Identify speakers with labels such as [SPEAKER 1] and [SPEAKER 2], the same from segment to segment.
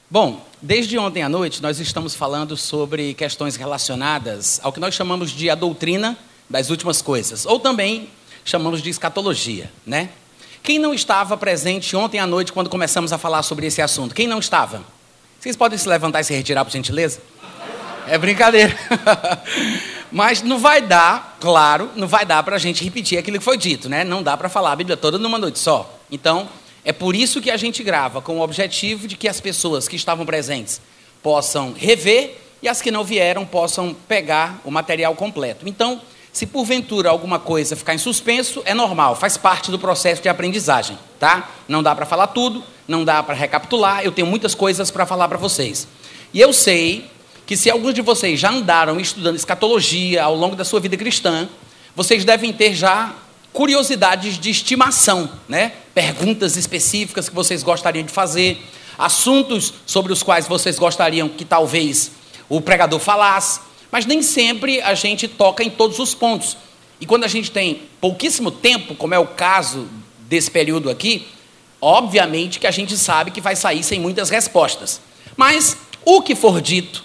[SPEAKER 1] Bom, desde ontem à noite nós estamos falando sobre questões relacionadas ao que nós chamamos de a doutrina das últimas coisas, ou também chamamos de escatologia, né? Quem não estava presente ontem à noite quando começamos a falar sobre esse assunto? Quem não estava? Vocês podem se levantar e se retirar, por gentileza? É brincadeira. Mas não vai dar, claro, não vai dar para a gente repetir aquilo que foi dito, né? Não dá para falar a Bíblia toda numa noite só. Então, é por isso que a gente grava, com o objetivo de que as pessoas que estavam presentes possam rever e as que não vieram possam pegar o material completo. Então, se porventura alguma coisa ficar em suspenso, é normal, faz parte do processo de aprendizagem, tá? Não dá para falar tudo, não dá para recapitular, eu tenho muitas coisas para falar para vocês. E eu sei que se alguns de vocês já andaram estudando escatologia ao longo da sua vida cristã, vocês devem ter já curiosidades de estimação, né? Perguntas específicas que vocês gostariam de fazer, assuntos sobre os quais vocês gostariam que talvez o pregador falasse, mas nem sempre a gente toca em todos os pontos. E quando a gente tem pouquíssimo tempo, como é o caso desse período aqui, obviamente que a gente sabe que vai sair sem muitas respostas. Mas o que for dito,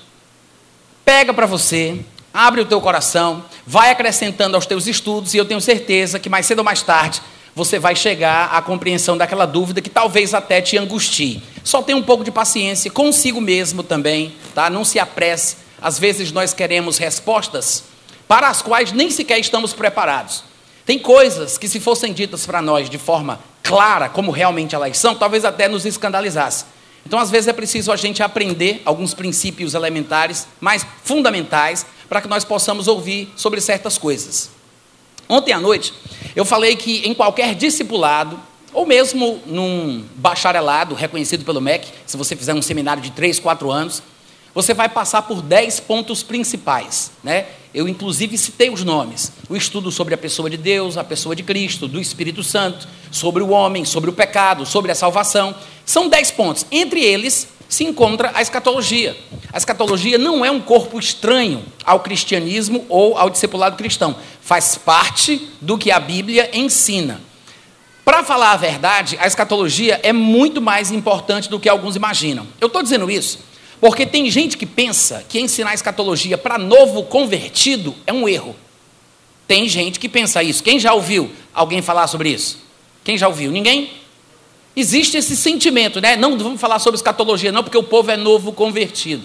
[SPEAKER 1] pega para você, abre o teu coração, vai acrescentando aos teus estudos, e eu tenho certeza que mais cedo ou mais tarde você vai chegar à compreensão daquela dúvida que talvez até te angustie. Só tenha um pouco de paciência consigo mesmo também, tá? Não se apresse. Às vezes nós queremos respostas para as quais nem sequer estamos preparados. Tem coisas que, se fossem ditas para nós de forma clara, como realmente elas são, talvez até nos escandalizasse. Então, às vezes, é preciso a gente aprender alguns princípios elementares, mais fundamentais, para que nós possamos ouvir sobre certas coisas. Ontem à noite, eu falei que em qualquer discipulado, ou mesmo num bacharelado reconhecido pelo MEC, se você fizer um seminário de 3, 4 anos, você vai passar por 10 pontos principais, né? Eu, inclusive, citei os nomes. O estudo sobre a pessoa de Deus, a pessoa de Cristo, do Espírito Santo, sobre o homem, sobre o pecado, sobre a salvação. São 10 pontos. Entre eles se encontra a escatologia. A escatologia não é um corpo estranho ao cristianismo ou ao discipulado cristão. Faz parte do que a Bíblia ensina. Para falar a verdade, a escatologia é muito mais importante do que alguns imaginam. Eu estou dizendo isso porque tem gente que pensa que ensinar escatologia para novo convertido é um erro. Tem gente que pensa isso. Quem já ouviu alguém falar sobre isso? Quem já ouviu? Ninguém? Existe esse sentimento, né? Não vamos falar sobre escatologia não, porque o povo é novo convertido.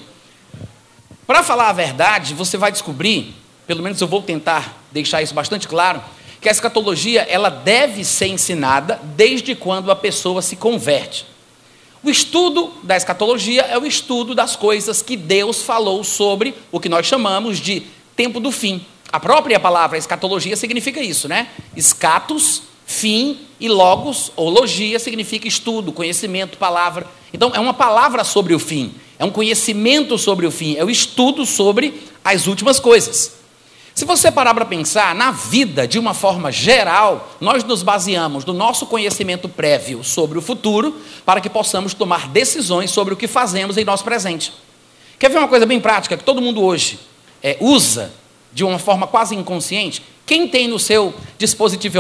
[SPEAKER 1] Para falar a verdade, você vai descobrir, pelo menos eu vou tentar deixar isso bastante claro, que a escatologia ela deve ser ensinada desde quando a pessoa se converte. O estudo da escatologia é o estudo das coisas que Deus falou sobre o que nós chamamos de tempo do fim. A própria palavra escatologia significa isso, né? Escatos, fim, e logos, ou logia, significa estudo, conhecimento, palavra. Então, é uma palavra sobre o fim, é um conhecimento sobre o fim, é o estudo sobre as últimas coisas. Se você parar para pensar, na vida, de uma forma geral, nós nos baseamos no nosso conhecimento prévio sobre o futuro para que possamos tomar decisões sobre o que fazemos em nosso presente. Quer ver uma coisa bem prática que todo mundo hoje usa de uma forma quase inconsciente? Quem tem no seu dispositivo...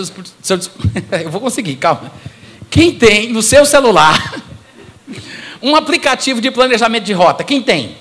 [SPEAKER 1] eu vou conseguir, calma. Quem tem no seu celular um aplicativo de planejamento de rota? Quem tem?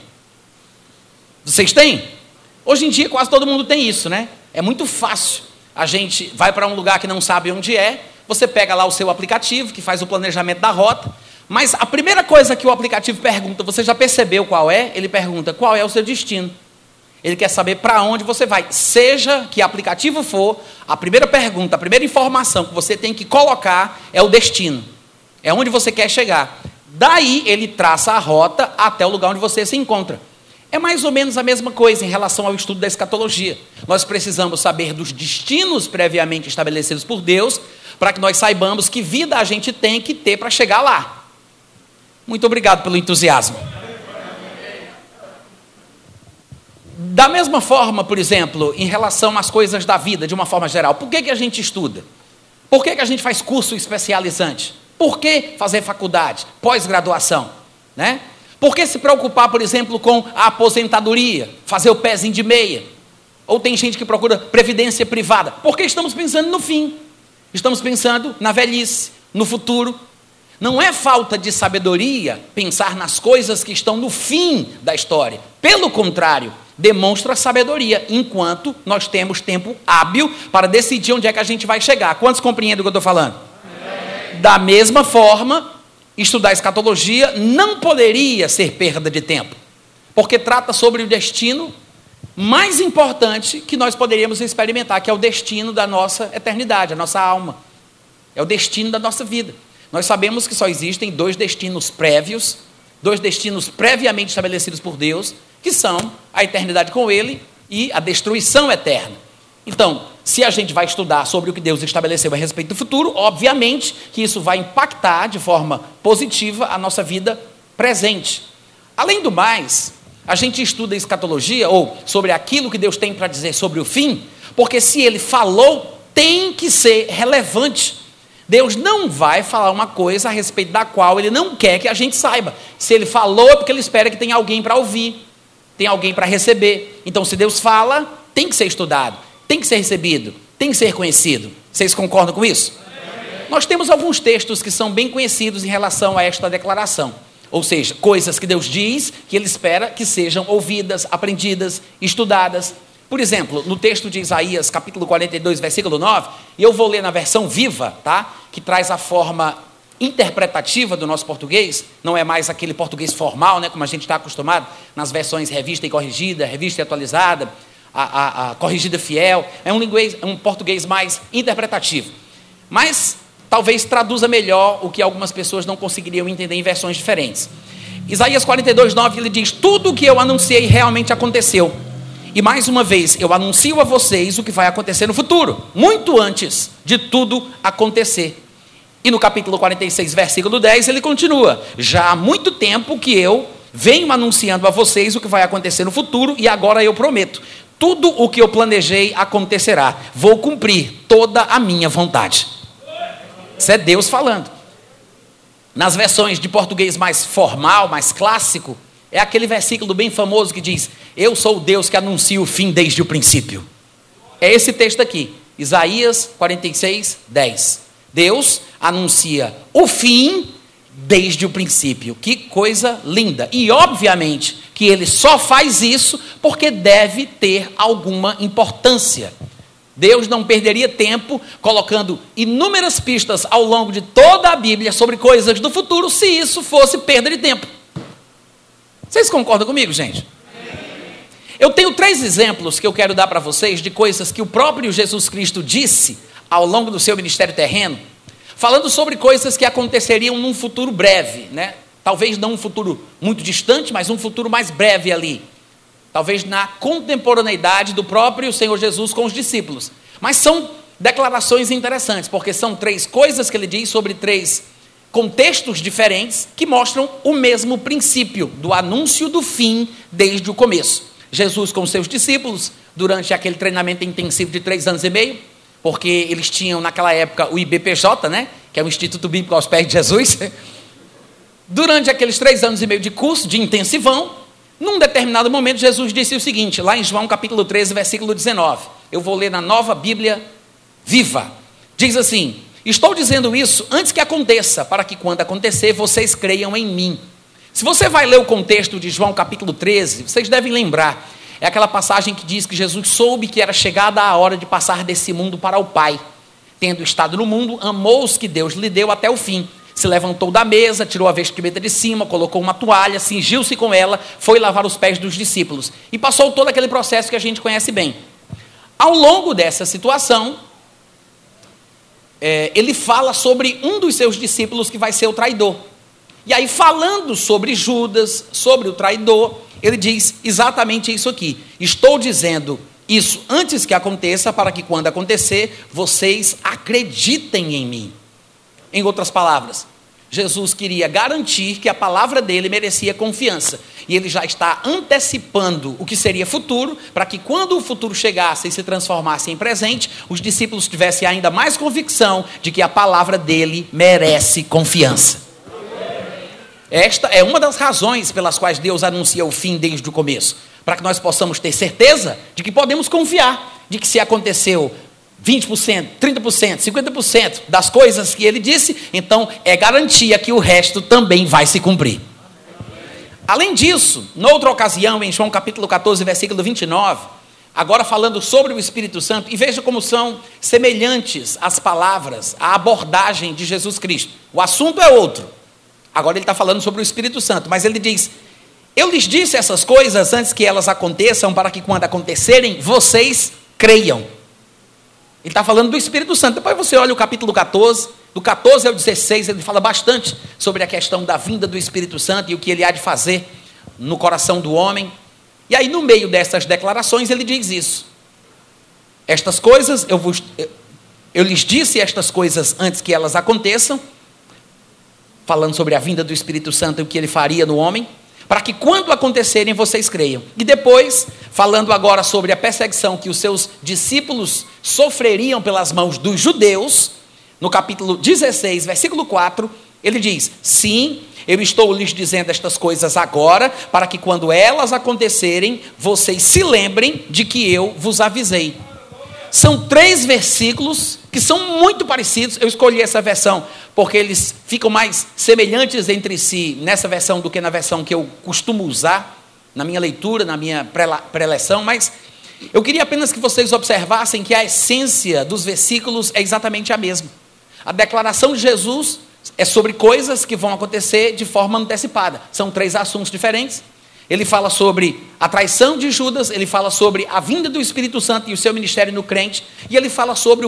[SPEAKER 1] Vocês têm? Hoje em dia quase todo mundo tem isso, né? É muito fácil. A gente vai para um lugar que não sabe onde é, você pega lá o seu aplicativo, que faz o planejamento da rota, mas a primeira coisa que o aplicativo pergunta, você já percebeu qual é? Ele pergunta, qual é o seu destino? Ele quer saber para onde você vai. Seja que aplicativo for, a primeira pergunta, a primeira informação que você tem que colocar é o destino. É onde você quer chegar. Daí ele traça a rota até o lugar onde você se encontra. É mais ou menos a mesma coisa em relação ao estudo da escatologia. Nós precisamos saber dos destinos previamente estabelecidos por Deus, para que nós saibamos que vida a gente tem que ter para chegar lá. Muito obrigado pelo entusiasmo. Da mesma forma, por exemplo, em relação às coisas da vida, de uma forma geral, por que a gente estuda? Por que a gente faz curso especializante? Por que fazer faculdade, pós-graduação, né? Por que se preocupar, por exemplo, com a aposentadoria, fazer o pezinho de meia? Ou tem gente que procura previdência privada? Porque estamos pensando no fim. Estamos pensando na velhice, no futuro. Não é falta de sabedoria pensar nas coisas que estão no fim da história. Pelo contrário, demonstra sabedoria, enquanto nós temos tempo hábil para decidir onde é que a gente vai chegar. Quantos compreendem o que eu estou falando? Amém. Da mesma forma, estudar escatologia não poderia ser perda de tempo, porque trata sobre o destino mais importante que nós poderíamos experimentar, que é o destino da nossa eternidade, a nossa alma. É o destino da nossa vida. Nós sabemos que só existem dois destinos prévios, dois destinos previamente estabelecidos por Deus, que são a eternidade com Ele e a destruição eterna. Então, se a gente vai estudar sobre o que Deus estabeleceu a respeito do futuro, obviamente que isso vai impactar de forma positiva a nossa vida presente. Além do mais, a gente estuda escatologia, ou sobre aquilo que Deus tem para dizer sobre o fim, porque se Ele falou, tem que ser relevante. Deus não vai falar uma coisa a respeito da qual Ele não quer que a gente saiba. Se Ele falou, é porque Ele espera que tenha alguém para ouvir, tem alguém para receber. Então, se Deus fala, tem que ser estudado, tem que ser recebido, tem que ser conhecido. Vocês concordam com isso? Nós temos alguns textos que são bem conhecidos em relação a esta declaração. Ou seja, coisas que Deus diz que Ele espera que sejam ouvidas, aprendidas, estudadas. Por exemplo, no texto de Isaías, capítulo 42, versículo 9, e eu vou ler na versão viva, tá? Que traz a forma interpretativa do nosso português, não é mais aquele português formal, né, como a gente está acostumado, nas versões revista e corrigida, revista e atualizada, a corrigida fiel, é um português mais interpretativo. Mas talvez traduza melhor o que algumas pessoas não conseguiriam entender em versões diferentes. Isaías 42, 9, ele diz: tudo o que eu anunciei realmente aconteceu. E mais uma vez, eu anuncio a vocês o que vai acontecer no futuro, muito antes de tudo acontecer. E no capítulo 46, versículo 10, ele continua: já há muito tempo que eu venho anunciando a vocês o que vai acontecer no futuro, e agora eu prometo, tudo o que eu planejei acontecerá. Vou cumprir toda a minha vontade. Isso é Deus falando. Nas versões de português mais formal, mais clássico, é aquele versículo bem famoso que diz: eu sou o Deus que anuncia o fim desde o princípio. É esse texto aqui, Isaías 46, 10. Deus anuncia o fim desde o princípio. Que coisa linda. E obviamente que Ele só faz isso porque deve ter alguma importância. Deus não perderia tempo colocando inúmeras pistas ao longo de toda a Bíblia sobre coisas do futuro, se isso fosse perda de tempo. Vocês concordam comigo, gente? Eu tenho 3 exemplos que eu quero dar para vocês de coisas que o próprio Jesus Cristo disse ao longo do seu ministério terreno, falando sobre coisas que aconteceriam num futuro breve, né? Talvez não um futuro muito distante, mas um futuro mais breve ali. Talvez na contemporaneidade do próprio Senhor Jesus com os discípulos. Mas são declarações interessantes, porque são 3 coisas que ele diz sobre 3 contextos diferentes que mostram o mesmo princípio do anúncio do fim desde o começo. Jesus com seus discípulos, durante aquele treinamento intensivo de 3 anos e meio, porque eles tinham naquela época o IBPJ, né, que é o Instituto Bíblico aos Pés de Jesus. Durante aqueles 3 anos e meio de curso, de intensivão, num determinado momento, Jesus disse o seguinte, lá em João capítulo 13, versículo 19. Eu vou ler na Nova Bíblia Viva. Diz assim: estou dizendo isso antes que aconteça, para que quando acontecer, vocês creiam em mim. Se você vai ler o contexto de João capítulo 13, vocês devem lembrar. É aquela passagem que diz que Jesus soube que era chegada a hora de passar desse mundo para o Pai. Tendo estado no mundo, amou os que Deus lhe deu até o fim. Se levantou da mesa, tirou a vestimenta de cima, colocou uma toalha, cingiu-se com ela, foi lavar os pés dos discípulos. E passou todo aquele processo que a gente conhece bem. Ao longo dessa situação, ele fala sobre um dos seus discípulos que vai ser o traidor. E aí, falando sobre Judas, sobre o traidor, ele diz exatamente isso aqui: estou dizendo isso antes que aconteça, para que quando acontecer, vocês acreditem em mim. Em outras palavras, Jesus queria garantir que a palavra dele merecia confiança. E ele já está antecipando o que seria futuro, para que quando o futuro chegasse e se transformasse em presente, os discípulos tivessem ainda mais convicção de que a palavra dele merece confiança. Esta é uma das razões pelas quais Deus anuncia o fim desde o começo, para que nós possamos ter certeza de que podemos confiar, de que se aconteceu 20%, 30%, 50% das coisas que ele disse, então é garantia que o resto também vai se cumprir. Além disso, noutra ocasião, em João capítulo 14, versículo 29, agora falando sobre o Espírito Santo, e veja como são semelhantes as palavras, a abordagem de Jesus Cristo. O assunto é outro. Agora ele está falando sobre o Espírito Santo, mas ele diz: eu lhes disse essas coisas antes que elas aconteçam, para que quando acontecerem, vocês creiam. Ele está falando do Espírito Santo. Depois você olha o capítulo 14, do 14 ao 16, ele fala bastante sobre a questão da vinda do Espírito Santo e o que ele há de fazer no coração do homem. E aí, no meio dessas declarações, ele diz isso. Estas coisas, eu lhes disse estas coisas antes que elas aconteçam, falando sobre a vinda do Espírito Santo e o que ele faria no homem, para que quando acontecerem vocês creiam. E depois, falando agora sobre a perseguição que os seus discípulos sofreriam pelas mãos dos judeus, no capítulo 16, versículo 4, ele diz: sim, eu estou lhes dizendo estas coisas agora, para que quando elas acontecerem, vocês se lembrem de que eu vos avisei. São 3 versículos que são muito parecidos. Eu escolhi essa versão porque eles ficam mais semelhantes entre si nessa versão do que na versão que eu costumo usar na minha leitura, na minha preleção, mas eu queria apenas que vocês observassem que a essência dos versículos é exatamente a mesma. A declaração de Jesus é sobre coisas que vão acontecer de forma antecipada. São 3 assuntos diferentes. Ele fala sobre a traição de Judas, ele fala sobre a vinda do Espírito Santo e o seu ministério no crente, e ele fala sobre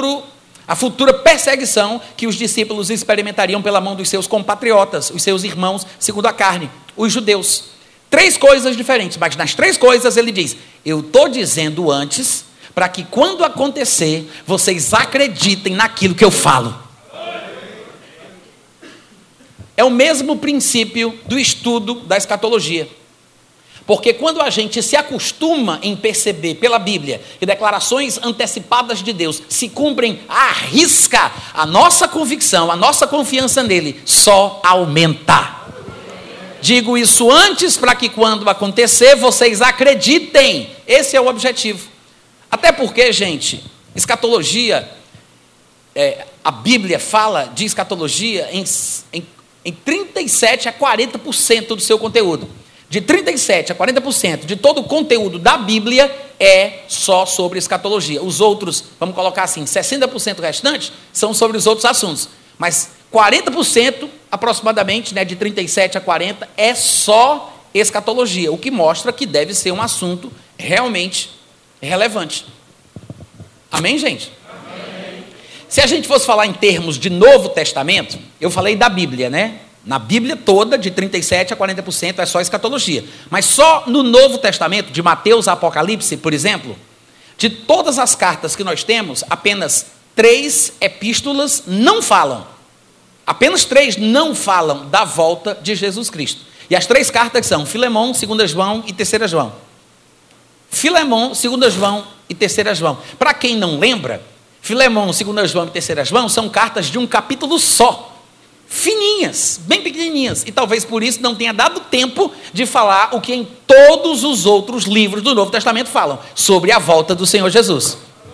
[SPEAKER 1] a futura perseguição que os discípulos experimentariam pela mão dos seus compatriotas, os seus irmãos, segundo a carne, os judeus. 3 coisas diferentes, mas nas 3 coisas ele diz: eu estou dizendo antes, para que quando acontecer, vocês acreditem naquilo que eu falo. É o mesmo princípio do estudo da escatologia. Porque quando a gente se acostuma em perceber pela Bíblia que declarações antecipadas de Deus se cumprem à risca, a nossa convicção, a nossa confiança nele só aumenta. Digo isso antes para que quando acontecer vocês acreditem. Esse é o objetivo. Até porque, gente, escatologia, a Bíblia fala de escatologia em 37% a 40% do seu conteúdo. De 37% a 40% de todo o conteúdo da Bíblia é só sobre escatologia. Os outros, vamos colocar assim, 60% restante são sobre os outros assuntos. Mas 40% aproximadamente, de 37% a 40%, é só escatologia. O que mostra que deve ser um assunto realmente relevante. Amém, gente? Amém. Se a gente fosse falar em termos de Novo Testamento, eu falei da Bíblia, né? Na Bíblia toda, de 37% a 40% é só escatologia. Mas só no Novo Testamento, de Mateus a Apocalipse, por exemplo, de todas as cartas que nós temos, apenas 3 epístolas não falam. Apenas 3 não falam da volta de Jesus Cristo. E as 3 cartas são Filemão, 2 João e 3 João. Filemão, 2 João e 3 João. Para quem não lembra, Filemão, 2 João e 3 João são cartas de um capítulo só. Fininhas, bem pequenininhas, e talvez por isso não tenha dado tempo de falar o que em todos os outros livros do Novo Testamento falam, sobre a volta do Senhor Jesus.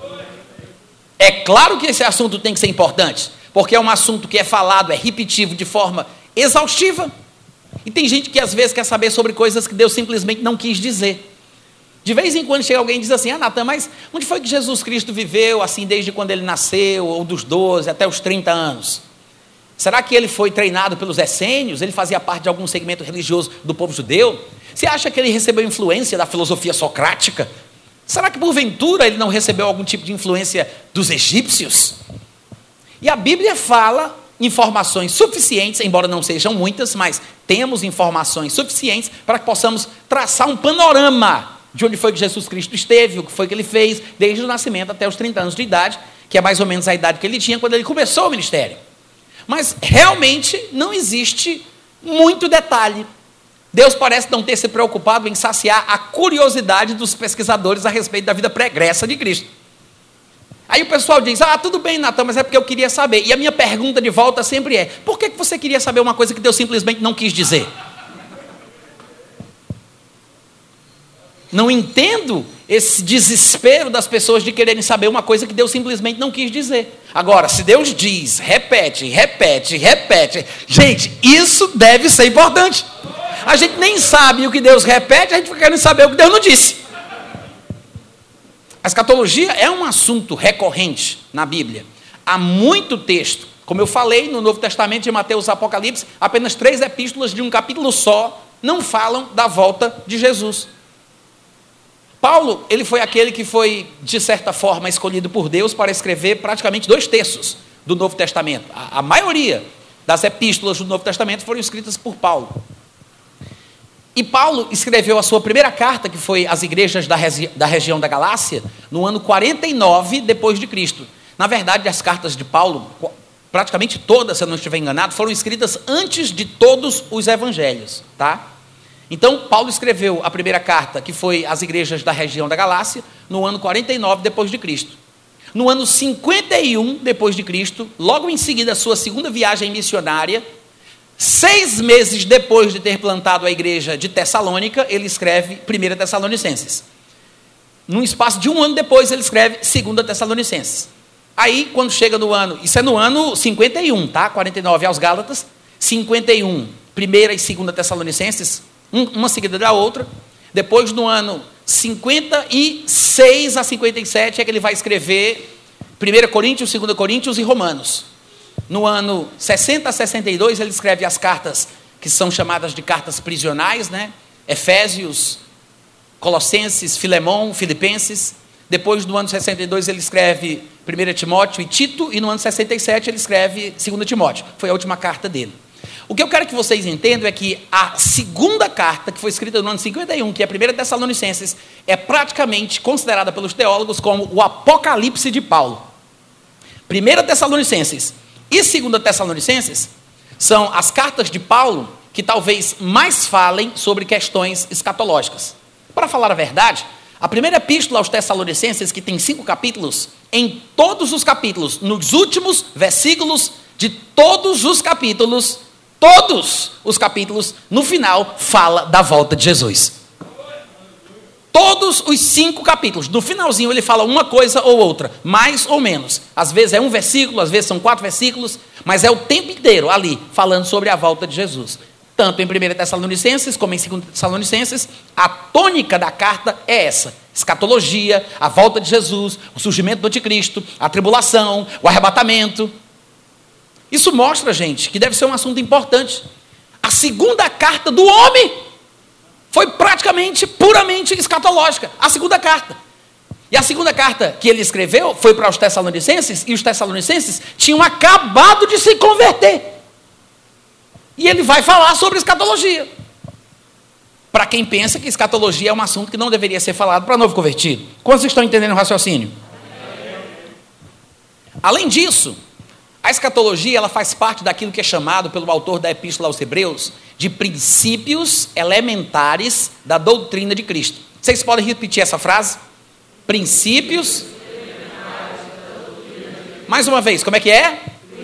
[SPEAKER 1] É claro que esse assunto tem que ser importante, porque é um assunto que é falado, é repetitivo de forma exaustiva, e tem gente que às vezes quer saber sobre coisas que Deus simplesmente não quis dizer. De vez em quando chega alguém e diz assim: Natan, mas onde foi que Jesus Cristo viveu, assim, desde quando ele nasceu, ou dos 12 até os 30 anos? Será que ele foi treinado pelos essênios? Ele fazia parte de algum segmento religioso do povo judeu? Você acha que ele recebeu influência da filosofia socrática? Será que porventura ele não recebeu algum tipo de influência dos egípcios? E a Bíblia fala informações suficientes, embora não sejam muitas, mas temos informações suficientes para que possamos traçar um panorama de onde foi que Jesus Cristo esteve, o que foi que ele fez, desde o nascimento até os 30 anos de idade, que é mais ou menos a idade que ele tinha quando ele começou o ministério. Mas realmente não existe muito detalhe. Deus parece não ter se preocupado em saciar a curiosidade dos pesquisadores a respeito da vida pregressa de Cristo. Aí o pessoal diz: tudo bem, Natan, mas é porque eu queria saber. E a minha pergunta de volta sempre é: por que você queria saber uma coisa que Deus simplesmente não quis dizer? não entendo esse desespero das pessoas de quererem saber uma coisa que Deus simplesmente não quis dizer. Agora, se Deus diz, repete, repete, repete, gente, isso deve ser importante. A gente nem sabe o que Deus repete, a gente fica querendo saber o que Deus não disse. A escatologia é um assunto recorrente na Bíblia. Há muito texto. Como eu falei, no Novo Testamento de Mateus e Apocalipse, apenas 3 epístolas de um capítulo só não falam da volta de Jesus. Paulo, ele foi aquele que foi, de certa forma, escolhido por Deus para escrever praticamente 2 terços do Novo Testamento. A maioria das epístolas do Novo Testamento foram escritas por Paulo. E Paulo escreveu a sua primeira carta, que foi às igrejas da região da Galácia, no ano 49 depois de Cristo. Na verdade, as cartas de Paulo, praticamente todas, se eu não estiver enganado, foram escritas antes de todos os evangelhos, tá? Então, Paulo escreveu a primeira carta, que foi às igrejas da região da Galácia, no ano 49 depois de Cristo. No ano 51 depois de Cristo, logo em seguida a sua segunda viagem missionária, 6 meses depois de ter plantado a igreja de Tessalônica, ele escreve 1 Tessalonicenses. Num espaço de 1 ano depois, ele escreve 2 Tessalonicenses. Aí, quando chega no ano, isso é no ano 51, tá? 49 aos Gálatas, 51, 1ª e 2 Tessalonicenses, uma seguida da outra. Depois, no ano 56 a 57, é que ele vai escrever 1 Coríntios, 2 Coríntios e Romanos. No ano 60 a 62, ele escreve as cartas que são chamadas de cartas prisionais, né? Efésios, Colossenses, Filemão, Filipenses. Depois, no ano 62, ele escreve 1 Timóteo e Tito, e no ano 67 ele escreve 2 Timóteo. Foi a última carta dele. O que eu quero que vocês entendam é que a segunda carta, que foi escrita no ano 51, que é a 1 Tessalonicenses, é praticamente considerada pelos teólogos como o Apocalipse de Paulo. 1 Tessalonicenses e 2 Tessalonicenses são as cartas de Paulo que talvez mais falem sobre questões escatológicas. Para falar a verdade, a primeira epístola aos Tessalonicenses, que tem 5 capítulos, em todos os capítulos, nos últimos versículos de todos os capítulos, no final, fala da volta de Jesus. Todos os 5 capítulos, no finalzinho ele fala uma coisa ou outra, mais ou menos. Às vezes é um versículo, às vezes são 4 versículos, mas é o tempo inteiro ali, falando sobre a volta de Jesus. Tanto em 1 Tessalonicenses como em 2 Tessalonicenses, a tônica da carta é essa: escatologia, a volta de Jesus, o surgimento do anticristo, a tribulação, o arrebatamento. Isso mostra, gente, que deve ser um assunto importante. A segunda carta do homem foi praticamente, puramente escatológica. A segunda carta. E a segunda carta que ele escreveu foi para os Tessalonicenses, e os Tessalonicenses tinham acabado de se converter. E ele vai falar sobre escatologia. Para quem pensa que escatologia é um assunto que não deveria ser falado para novo convertido. Quantos estão entendendo o raciocínio? Além disso, a escatologia ela faz parte daquilo que é chamado pelo autor da Epístola aos Hebreus de princípios elementares da doutrina de Cristo. Vocês podem repetir essa frase? Princípios. Mais uma vez, como é que é?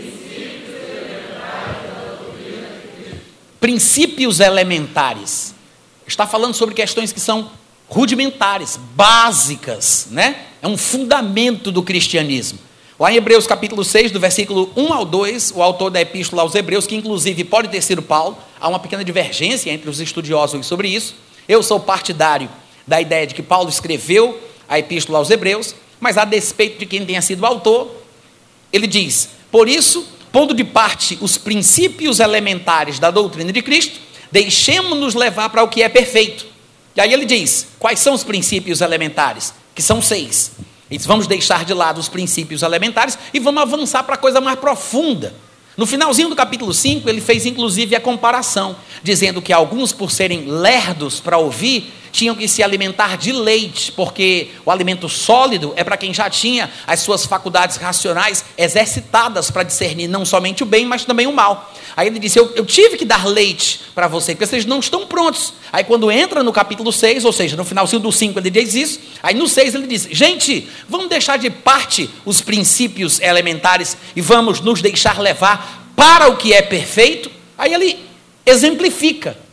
[SPEAKER 1] Princípios elementares. Está falando sobre questões que são rudimentares, básicas, né? É um fundamento do cristianismo. Lá em Hebreus capítulo 6, do versículo 1 ao 2, o autor da Epístola aos Hebreus, que inclusive pode ter sido Paulo, há uma pequena divergência entre os estudiosos sobre isso. Eu sou partidário da ideia de que Paulo escreveu a Epístola aos Hebreus, mas a despeito de quem tenha sido o autor, ele diz: por isso, pondo de parte os princípios elementares da doutrina de Cristo, deixemos-nos levar para o que é perfeito. E aí ele diz, quais são os princípios elementares? Que são 6. Ele diz, vamos deixar de lado os princípios elementares e vamos avançar para a coisa mais profunda. No finalzinho do capítulo 5, ele fez inclusive a comparação, dizendo que alguns, por serem lerdos para ouvir, tinham que se alimentar de leite, porque o alimento sólido é para quem já tinha as suas faculdades racionais exercitadas para discernir não somente o bem, mas também o mal. Aí ele disse, eu tive que dar leite para vocês, porque vocês não estão prontos. Aí quando entra no capítulo 6, ou seja, no finalzinho do 5 ele diz isso, aí no 6 ele diz, gente, vamos deixar de parte os princípios elementares e vamos nos deixar levar para o que é perfeito. Aí ele exemplifica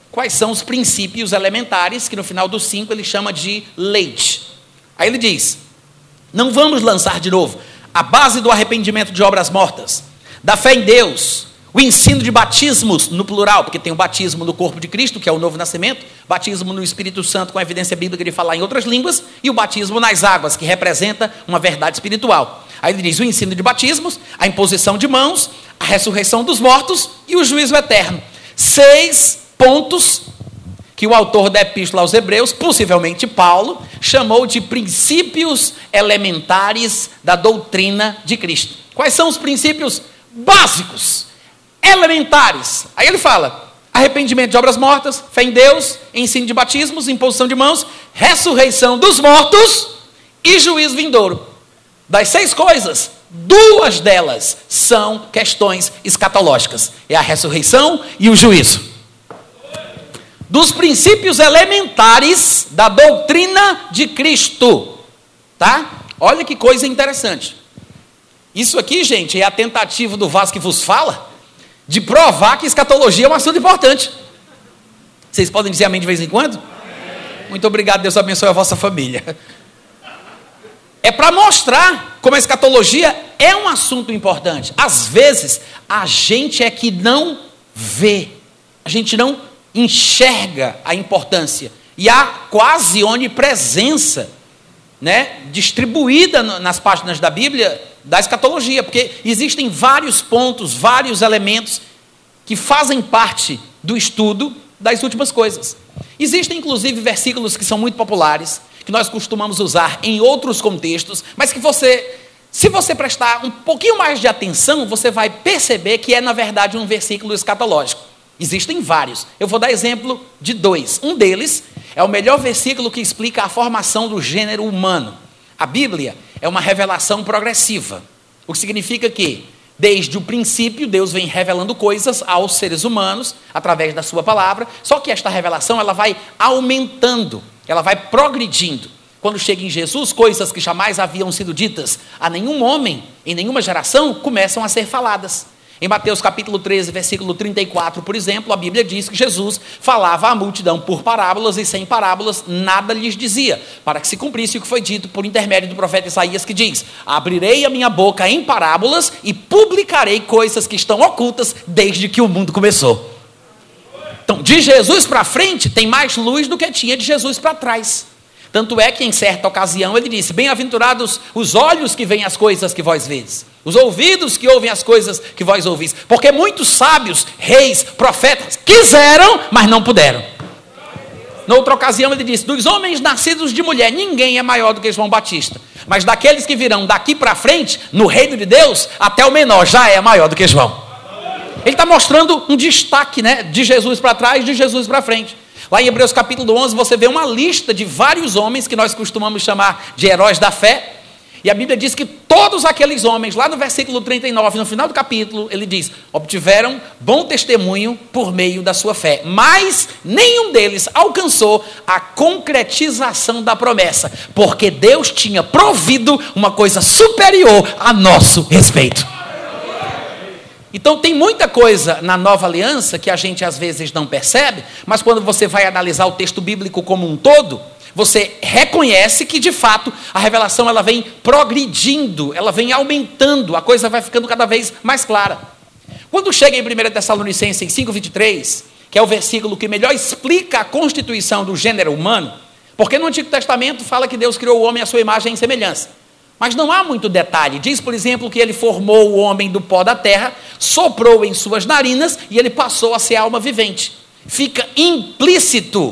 [SPEAKER 1] quais são os princípios elementares, que no final do 5 ele chama de leite. Aí ele diz: não vamos lançar de novo a base do arrependimento de obras mortas, da fé em Deus, o ensino de batismos no plural, porque tem o batismo no corpo de Cristo, que é o novo nascimento, batismo no Espírito Santo com a evidência bíblica de falar em outras línguas, e o batismo nas águas, que representa uma verdade espiritual. Aí ele diz: o ensino de batismos, a imposição de mãos, a ressurreição dos mortos e o juízo eterno. 6 pontos que o autor da Epístola aos Hebreus, possivelmente Paulo, chamou de princípios elementares da doutrina de Cristo. Quais são os princípios básicos, elementares? Aí ele fala: arrependimento de obras mortas, fé em Deus, ensino de batismos, imposição de mãos, ressurreição dos mortos e juízo vindouro. Das 6 coisas, 2 delas são questões escatológicas: é a ressurreição e o juízo. Dos princípios elementares da doutrina de Cristo, tá? Olha que coisa interessante. Isso aqui, gente, é a tentativa do Vaz que vos fala de provar que escatologia é um assunto importante. Vocês podem dizer amém de vez em quando? Amém. Muito obrigado, Deus abençoe a vossa família. É para mostrar como a escatologia é um assunto importante. Às vezes, a gente é que não vê, a gente não enxerga a importância, e há quase onipresença, né, distribuída nas páginas da Bíblia da escatologia, porque existem vários pontos, vários elementos que fazem parte do estudo das últimas coisas. Existem inclusive versículos que são muito populares, que nós costumamos usar em outros contextos, mas que se você prestar um pouquinho mais de atenção, você vai perceber que é na verdade um versículo escatológico. Existem vários. Eu vou dar exemplo de 2. Um deles é o melhor versículo que explica a formação do gênero humano. A Bíblia é uma revelação progressiva, o que significa que, desde o princípio, Deus vem revelando coisas aos seres humanos, através da sua palavra, só que esta revelação ela vai aumentando, ela vai progredindo. Quando chega em Jesus, coisas que jamais haviam sido ditas a nenhum homem, em nenhuma geração, começam a ser faladas. Em Mateus capítulo 13, versículo 34, por exemplo, a Bíblia diz que Jesus falava à multidão por parábolas e sem parábolas nada lhes dizia, para que se cumprisse o que foi dito por intermédio do profeta Isaías, que diz: abrirei a minha boca em parábolas e publicarei coisas que estão ocultas desde que o mundo começou. Então, de Jesus para frente, tem mais luz do que tinha de Jesus para trás. Tanto é que em certa ocasião ele disse: bem-aventurados os olhos que veem as coisas que vós vedes, os ouvidos que ouvem as coisas que vós ouvis, porque muitos sábios, reis, profetas quiseram, mas não puderam. Noutra ocasião ele disse: dos homens nascidos de mulher, ninguém é maior do que João Batista, mas daqueles que virão daqui para frente, no reino de Deus, até o menor já é maior do que João. Ele está mostrando um destaque, né, de Jesus para trás, de Jesus para frente. Lá em Hebreus capítulo 11, você vê uma lista de vários homens que nós costumamos chamar de heróis da fé. E a Bíblia diz que todos aqueles homens, lá no versículo 39, no final do capítulo, ele diz: obtiveram bom testemunho por meio da sua fé. Mas nenhum deles alcançou a concretização da promessa, porque Deus tinha provido uma coisa superior a nosso respeito. Então tem muita coisa na nova aliança que a gente às vezes não percebe, mas quando você vai analisar o texto bíblico como um todo, você reconhece que de fato a revelação ela vem progredindo, ela vem aumentando, a coisa vai ficando cada vez mais clara. Quando chega em 1 Tessalonicenses 5:23, que é o versículo que melhor explica a constituição do gênero humano, porque no Antigo Testamento fala que Deus criou o homem à sua imagem e semelhança. Mas não há muito detalhe. Diz, por exemplo, que ele formou o homem do pó da terra, soprou em suas narinas e ele passou a ser alma vivente. Fica implícito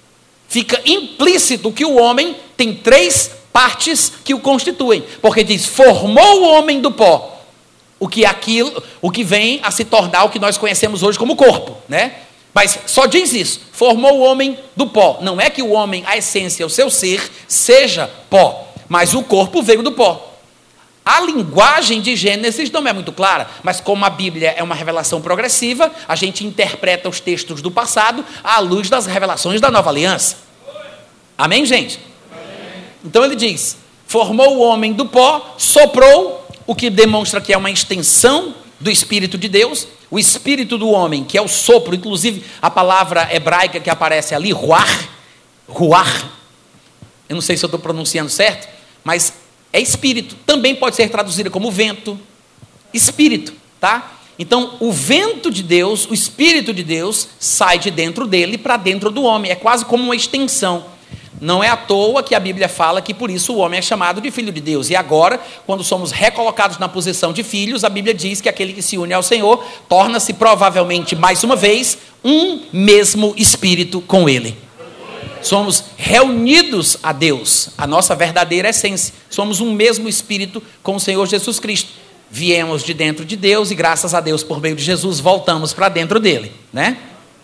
[SPEAKER 1] que o homem tem 3 partes que o constituem. Porque diz: formou o homem do pó, o que vem a se tornar o que nós conhecemos hoje como corpo, né? Mas só diz isso: formou o homem do pó. Não é que o homem, a essência, o seu ser, seja pó, mas o corpo veio do pó. A linguagem de Gênesis não é muito clara, mas como a Bíblia é uma revelação progressiva, a gente interpreta os textos do passado à luz das revelações da nova aliança. Amém, gente? Amém. Então ele diz: formou o homem do pó, soprou, o que demonstra que é uma extensão do Espírito de Deus, o espírito do homem, que é o sopro, inclusive a palavra hebraica que aparece ali, ruach, eu não sei se eu estou pronunciando certo, mas é espírito, também pode ser traduzida como vento, espírito, tá? Então, o vento de Deus, o espírito de Deus, sai de dentro dele para dentro do homem, é quase como uma extensão. Não é à toa que a Bíblia fala que por isso o homem é chamado de filho de Deus. E agora, quando somos recolocados na posição de filhos, a Bíblia diz que aquele que se une ao Senhor torna-se provavelmente, mais uma vez, um mesmo espírito com Ele. Somos reunidos a Deus, a nossa verdadeira essência. Somos um mesmo espírito com o Senhor Jesus Cristo. Viemos de dentro de Deus e graças a Deus, por meio de Jesus, voltamos para dentro dele, né?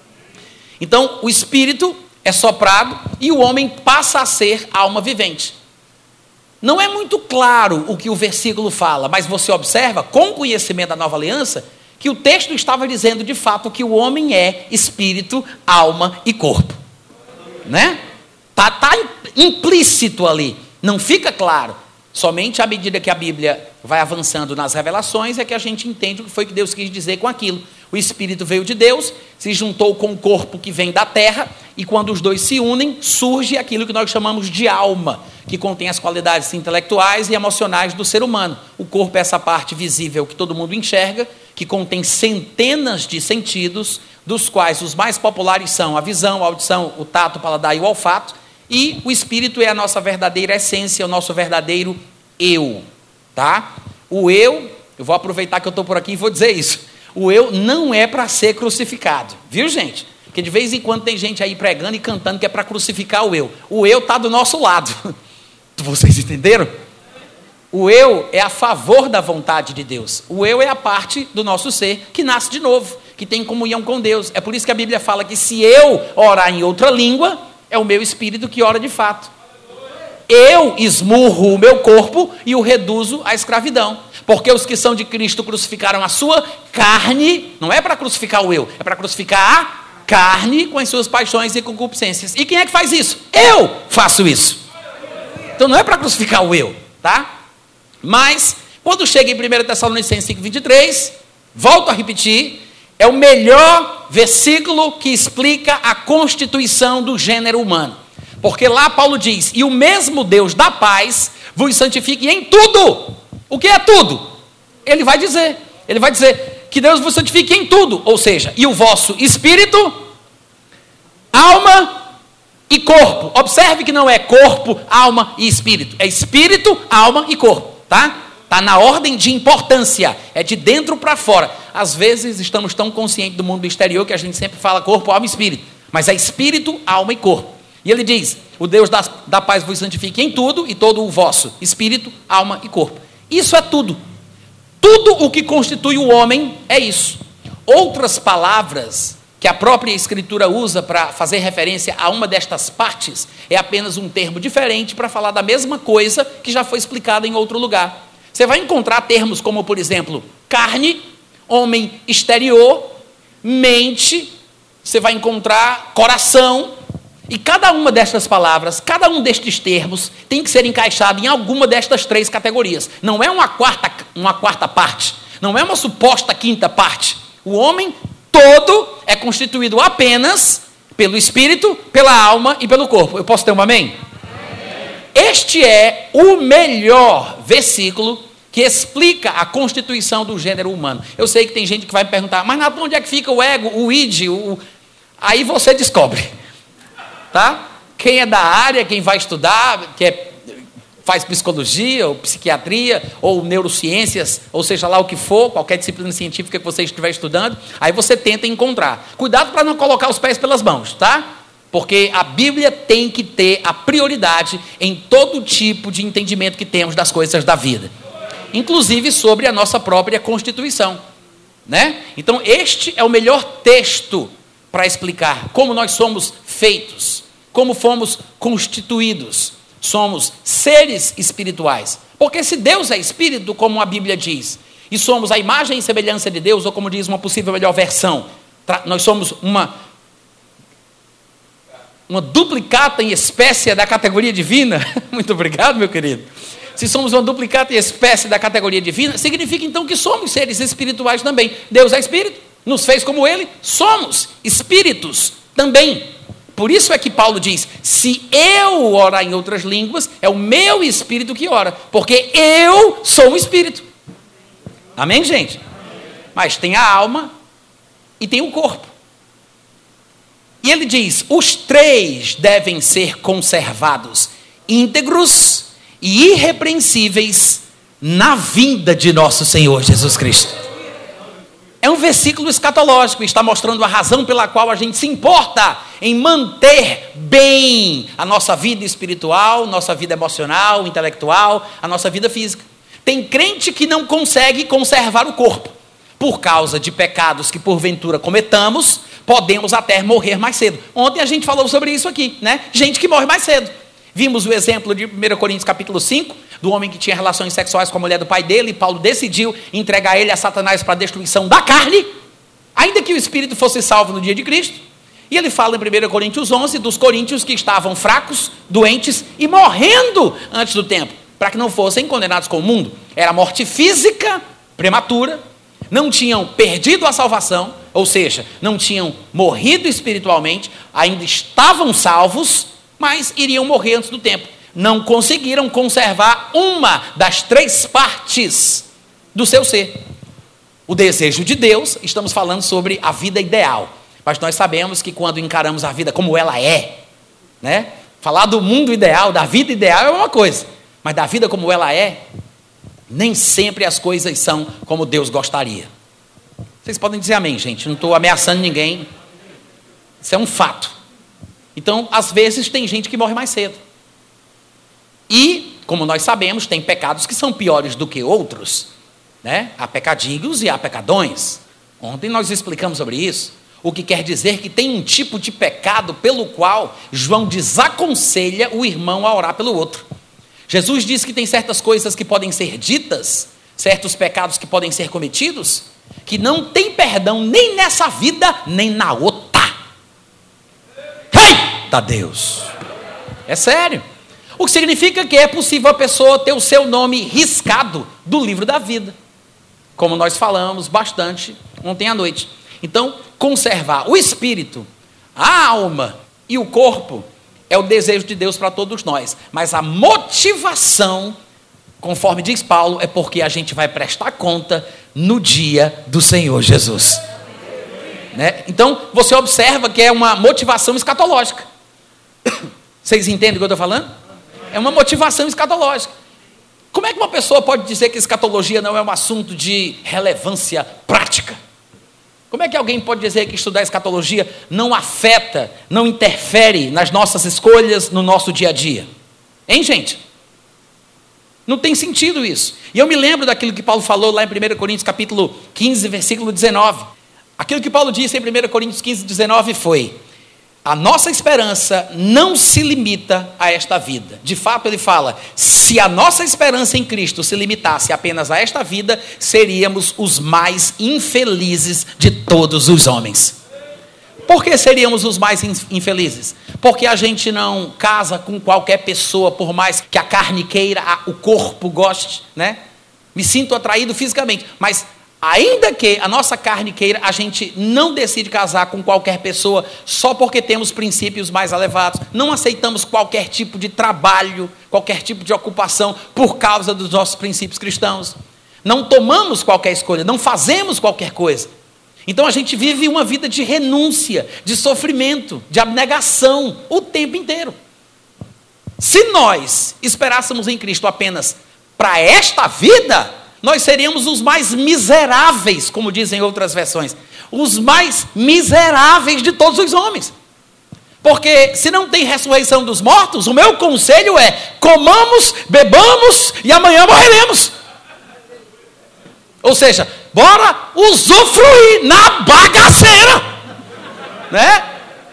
[SPEAKER 1] Então, o espírito é soprado e o homem passa a ser alma vivente. Não é muito claro o que o versículo fala, mas você observa, com o conhecimento da nova aliança, que o texto estava dizendo de fato que o homem é espírito, alma e corpo. Né? Tá implícito ali, não fica claro. Somente à medida que a Bíblia vai avançando nas revelações é que a gente entende o que foi que Deus quis dizer com aquilo. O Espírito veio de Deus, se juntou com o corpo que vem da terra, e quando os dois se unem, surge aquilo que nós chamamos de alma, que contém as qualidades intelectuais e emocionais do ser humano. O corpo é essa parte visível que todo mundo enxerga, que contém centenas de sentidos, dos quais os mais populares são a visão, a audição, o tato, o paladar e o olfato. E o espírito é a nossa verdadeira essência, o nosso verdadeiro eu, tá? O eu vou aproveitar que eu estou por aqui e vou dizer isso. O eu não é para ser crucificado, viu, gente? Porque de vez em quando tem gente aí pregando e cantando que é para crucificar o eu. O eu está do nosso lado. Vocês entenderam? O eu é a favor da vontade de Deus. O eu é a parte do nosso ser que nasce de novo, que tem comunhão com Deus. É por isso que a Bíblia fala que se eu orar em outra língua, é o meu espírito que ora de fato. Eu esmurro o meu corpo e o reduzo à escravidão. Porque os que são de Cristo crucificaram a sua carne, não é para crucificar o eu, é para crucificar a carne com as suas paixões e concupiscências. E quem é que faz isso? Eu faço isso. Então não é para crucificar o eu, tá? Mas, quando chega em 1 Tessalonicenses 5:23, volto a repetir, é o melhor versículo que explica a constituição do gênero humano. Porque lá Paulo diz, e o mesmo Deus da paz vos santifique em tudo. O que é tudo? Ele vai dizer que Deus vos santifique em tudo. Ou seja, e o vosso espírito, alma e corpo. Observe que não é corpo, alma e espírito. É espírito, alma e corpo, tá? Está na ordem de importância, é de dentro para fora. Às vezes estamos tão conscientes do mundo exterior que a gente sempre fala corpo, alma e espírito. Mas é espírito, alma e corpo. E ele diz, o Deus da paz vos santifique em tudo, e todo o vosso espírito, alma e corpo. Isso é tudo. Tudo o que constitui o homem é isso. Outras palavras que a própria Escritura usa para fazer referência a uma destas partes é apenas um termo diferente para falar da mesma coisa que já foi explicada em outro lugar. Você vai encontrar termos como, por exemplo, carne, homem exterior, mente, você vai encontrar coração, e cada uma destas palavras, cada um destes termos tem que ser encaixado em alguma destas três categorias. Não é uma quarta parte, não é uma suposta quinta parte. O homem todo é constituído apenas pelo espírito, pela alma e pelo corpo. Eu posso ter um amém? Este é o melhor versículo que explica a constituição do gênero humano. Eu sei que tem gente que vai me perguntar, mas onde é que fica o ego, o id? Aí você descobre, tá? Quem é da área, quem vai estudar, faz psicologia, ou psiquiatria, ou neurociências, ou seja lá o que for, qualquer disciplina científica que você estiver estudando, aí você tenta encontrar. Cuidado para não colocar os pés pelas mãos, tá? Porque a Bíblia tem que ter a prioridade em todo tipo de entendimento que temos das coisas da vida. Inclusive sobre a nossa própria Constituição, né? Então este é o melhor texto para explicar como nós somos feitos, como fomos constituídos. Somos seres espirituais. Porque se Deus é espírito, como a Bíblia diz, e somos a imagem e semelhança de Deus, ou como diz uma possível melhor versão, nós somos uma duplicata em espécie da categoria divina. Muito obrigado, meu querido. Se somos uma duplicata em espécie da categoria divina, significa então que somos seres espirituais também. Deus é espírito, nos fez como ele, somos espíritos também. Por isso é que Paulo diz, se eu orar em outras línguas, é o meu espírito que ora, porque eu sou um espírito. Amém, gente? Mas tem a alma e tem o corpo. E ele diz, os três devem ser conservados íntegros e irrepreensíveis na vinda de nosso Senhor Jesus Cristo. É um versículo escatológico, está mostrando a razão pela qual a gente se importa em manter bem a nossa vida espiritual, nossa vida emocional, intelectual, a nossa vida física. Tem crente que não consegue conservar o corpo. Por causa de pecados que porventura cometamos, podemos até morrer mais cedo. Ontem a gente falou sobre isso aqui, né? Gente que morre mais cedo. Vimos o exemplo de 1 Coríntios capítulo 5, do homem que tinha relações sexuais com a mulher do pai dele, e Paulo decidiu entregar ele a Satanás para a destruição da carne, ainda que o espírito fosse salvo no dia de Cristo. E ele fala em 1 Coríntios 11 dos coríntios que estavam fracos, doentes e morrendo antes do tempo, para que não fossem condenados com o mundo. Era morte física prematura, não tinham perdido a salvação, ou seja, não tinham morrido espiritualmente, ainda estavam salvos, mas iriam morrer antes do tempo. Não conseguiram conservar uma das três partes do seu ser. O desejo de Deus, estamos falando sobre a vida ideal, mas nós sabemos que quando encaramos a vida como ela é, né? Falar do mundo ideal, da vida ideal é uma coisa, mas da vida como ela é, nem sempre as coisas são como Deus gostaria. Vocês podem dizer amém, gente, não estou ameaçando ninguém, isso é um fato. Então, às vezes tem gente que morre mais cedo. E, como nós sabemos, tem pecados que são piores do que outros, né? Há pecadinhos e há pecadões. Ontem nós explicamos sobre isso, o que quer dizer que tem um tipo de pecado pelo qual João desaconselha o irmão a orar pelo outro. Jesus diz que tem certas coisas que podem ser ditas, certos pecados que podem ser cometidos, que não tem perdão nem nessa vida, nem na outra. Eita Deus! É sério. O que significa que é possível a pessoa ter o seu nome riscado do livro da vida, como nós falamos bastante ontem à noite. Então, conservar o espírito, a alma e o corpo é o desejo de Deus para todos nós. Mas a motivação, conforme diz Paulo, é porque a gente vai prestar conta no dia do Senhor Jesus. Né? Então, você observa que é uma motivação escatológica. Vocês entendem o que eu estou falando? É uma motivação escatológica. Como é que uma pessoa pode dizer que escatologia não é um assunto de relevância prática? Como é que alguém pode dizer que estudar escatologia não afeta, não interfere nas nossas escolhas, no nosso dia a dia? Hein, gente? Não tem sentido isso. E eu me lembro daquilo que Paulo falou lá em 1 Coríntios capítulo 15, versículo 19. Aquilo que Paulo disse em 1 Coríntios 15, 19 foi: a nossa esperança não se limita a esta vida. De fato, ele fala, se a nossa esperança em Cristo se limitasse apenas a esta vida, seríamos os mais infelizes de todos os homens. Por que seríamos os mais infelizes? Porque a gente não casa com qualquer pessoa, por mais que a carne queira, o corpo goste, né? Me sinto atraído fisicamente, mas ainda que a nossa carne queira, a gente não decide casar com qualquer pessoa só porque temos princípios mais elevados. Não aceitamos qualquer tipo de trabalho, qualquer tipo de ocupação por causa dos nossos princípios cristãos. Não tomamos qualquer escolha, não fazemos qualquer coisa. Então a gente vive uma vida de renúncia, de sofrimento, de abnegação o tempo inteiro. Se nós esperássemos em Cristo apenas para esta vida, nós seríamos os mais miseráveis, como dizem outras versões, os mais miseráveis de todos os homens. Porque se não tem ressurreição dos mortos, o meu conselho é: comamos, bebamos e amanhã morreremos. Ou seja, bora usufruir na bagaceira, né?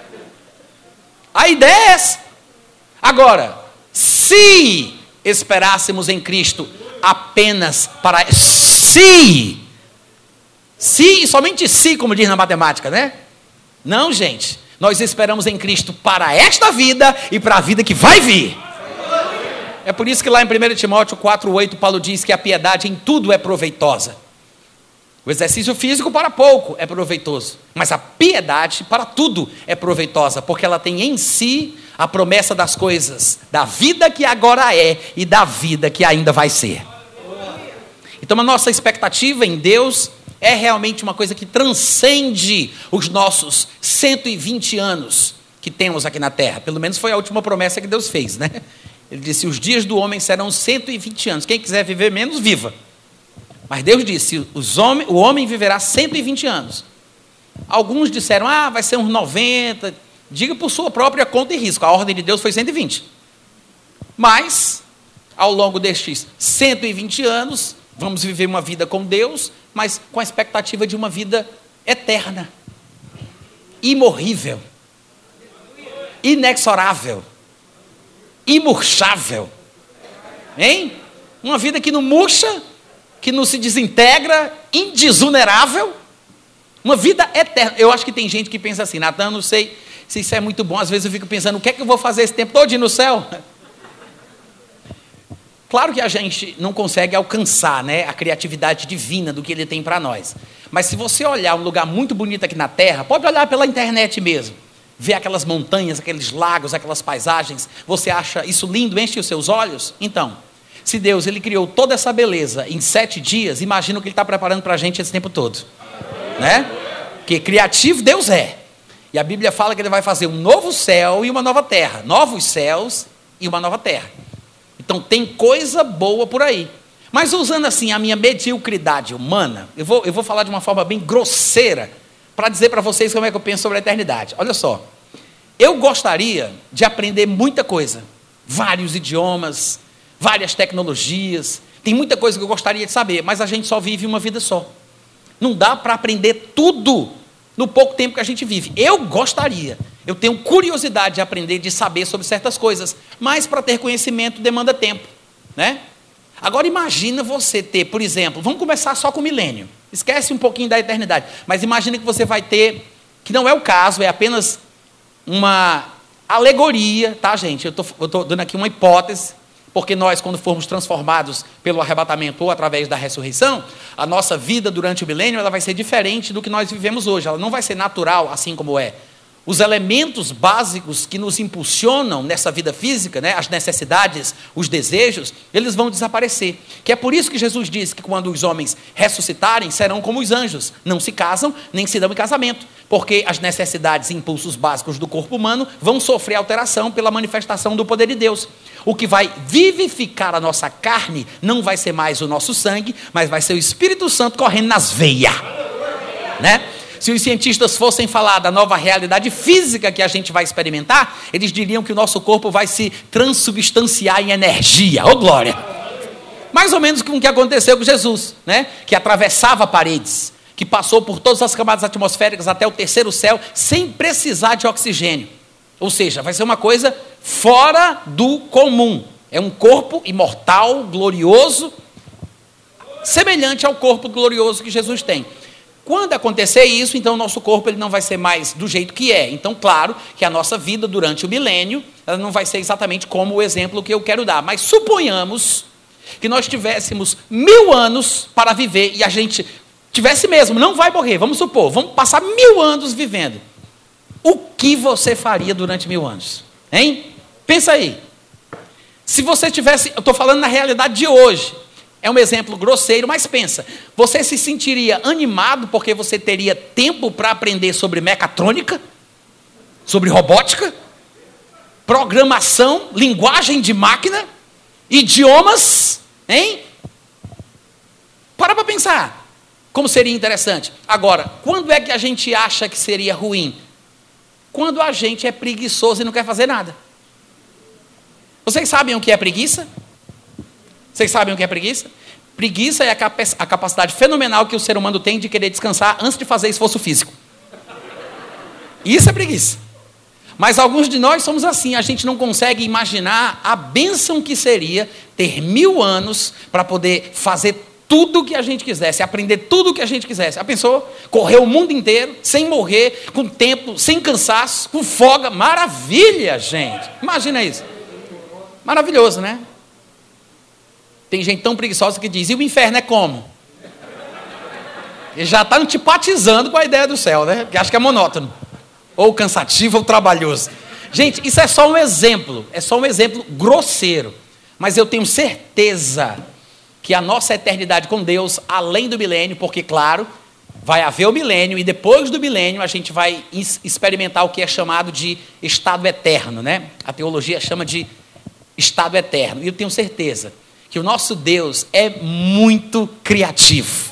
[SPEAKER 1] A ideia é essa. Agora, se esperássemos em Cristo apenas para se e somente se, como diz na matemática, né? Não, gente, nós esperamos em Cristo para esta vida e para a vida que vai vir. É por isso que lá em 1 Timóteo 4,8 Paulo diz que a piedade em tudo é proveitosa. O exercício físico para pouco é proveitoso, mas a piedade para tudo é proveitosa, porque ela tem em si a promessa das coisas, da vida que agora é e da vida que ainda vai ser. Então a nossa expectativa em Deus é realmente uma coisa que transcende os nossos 120 anos que temos aqui na terra. Pelo menos foi a última promessa que Deus fez, né? Ele disse, os dias do homem serão 120 anos. Quem quiser viver menos, viva. Mas Deus disse, o homem viverá 120 anos. Alguns disseram, vai ser uns 90. Diga por sua própria conta e risco. A ordem de Deus foi 120. Mas, ao longo destes 120 anos, vamos viver uma vida com Deus, mas com a expectativa de uma vida eterna, imorrível, inexorável, imurchável. Hein? Uma vida que não murcha, que não se desintegra, indesvulnerável, uma vida eterna. Eu acho que tem gente que pensa assim, Natan, não sei se isso é muito bom, às vezes eu fico pensando, o que é que eu vou fazer esse tempo todo no céu? Claro que a gente não consegue alcançar, né, a criatividade divina do que Ele tem para nós. Mas se você olhar um lugar muito bonito aqui na Terra, pode olhar pela internet mesmo, ver aquelas montanhas, aqueles lagos, aquelas paisagens, você acha isso lindo, enche os seus olhos? Então, se Deus Ele criou toda essa beleza em 7 dias, imagina o que Ele está preparando para a gente esse tempo todo. Né? Porque criativo Deus é. E a Bíblia fala que Ele vai fazer um novo céu e uma nova terra. Novos céus e uma nova terra. Então tem coisa boa por aí. Mas usando assim a minha mediocridade humana, eu vou falar de uma forma bem grosseira, para dizer para vocês como é que eu penso sobre a eternidade. Olha só, eu gostaria de aprender muita coisa. Vários idiomas, várias tecnologias. Tem muita coisa que eu gostaria de saber, mas a gente só vive uma vida só. Não dá para aprender tudo no pouco tempo que a gente vive. Eu gostaria. Eu tenho curiosidade de aprender, de saber sobre certas coisas, mas para ter conhecimento demanda tempo, né? Agora imagina você ter, por exemplo, vamos começar só com o milênio, esquece um pouquinho da eternidade, mas imagina que você vai ter, que não é o caso, é apenas uma alegoria, tá gente? Eu estou dando aqui uma hipótese, porque nós, quando formos transformados pelo arrebatamento ou através da ressurreição, a nossa vida durante o milênio ela vai ser diferente do que nós vivemos hoje, ela não vai ser natural assim como é. Os elementos básicos que nos impulsionam nessa vida física, né, as necessidades, os desejos, eles vão desaparecer. Que é por isso que Jesus disse que quando os homens ressuscitarem, serão como os anjos. Não se casam, nem se dão em casamento. Porque as necessidades e impulsos básicos do corpo humano vão sofrer alteração pela manifestação do poder de Deus. O que vai vivificar a nossa carne não vai ser mais o nosso sangue, mas vai ser o Espírito Santo correndo nas veias. Né? Se os cientistas fossem falar da nova realidade física que a gente vai experimentar, eles diriam que o nosso corpo vai se transubstanciar em energia. Ô glória! Mais ou menos com o que aconteceu com Jesus, né? Que atravessava paredes, que passou por todas as camadas atmosféricas até o 3º céu, sem precisar de oxigênio. Ou seja, vai ser uma coisa fora do comum. É um corpo imortal, glorioso, semelhante ao corpo glorioso que Jesus tem. Quando acontecer isso, então o nosso corpo ele não vai ser mais do jeito que é. Então, claro que a nossa vida durante o milênio, ela não vai ser exatamente como o exemplo que eu quero dar. Mas suponhamos que nós tivéssemos 1000 anos para viver e a gente tivesse mesmo, não vai morrer, vamos supor, vamos passar 1000 anos vivendo. O que você faria durante 1000 anos? Hein? Pensa aí. Se você tivesse, eu estou falando na realidade de hoje, é um exemplo grosseiro, mas pensa, você se sentiria animado porque você teria tempo para aprender sobre mecatrônica, sobre robótica, programação, linguagem de máquina, idiomas, hein? Para pensar, como seria interessante. Agora, quando é que a gente acha que seria ruim? Quando a gente é preguiçoso e não quer fazer nada. Vocês sabem o que é preguiça? Vocês sabem o que é preguiça? Preguiça é a capacidade fenomenal que o ser humano tem de querer descansar antes de fazer esforço físico. Isso é preguiça. Mas alguns de nós somos assim, a gente não consegue imaginar a bênção que seria ter 1000 anos para poder fazer tudo o que a gente quisesse, aprender tudo o que a gente quisesse. Já pensou? Correr o mundo inteiro, sem morrer, com tempo, sem cansaço, com folga. Maravilha, gente. Imagina isso. Maravilhoso, né? Tem gente tão preguiçosa que diz, e o inferno é como? Ele já está antipatizando com a ideia do céu, né? Porque acha que é monótono. Ou cansativo ou trabalhoso. Gente, isso é só um exemplo. É só um exemplo grosseiro. Mas eu tenho certeza que a nossa eternidade com Deus, além do milênio, porque, claro, vai haver o milênio, e depois do milênio a gente vai experimentar o que é chamado de estado eterno, né? A teologia chama de estado eterno. E eu tenho certeza que o nosso Deus é muito criativo.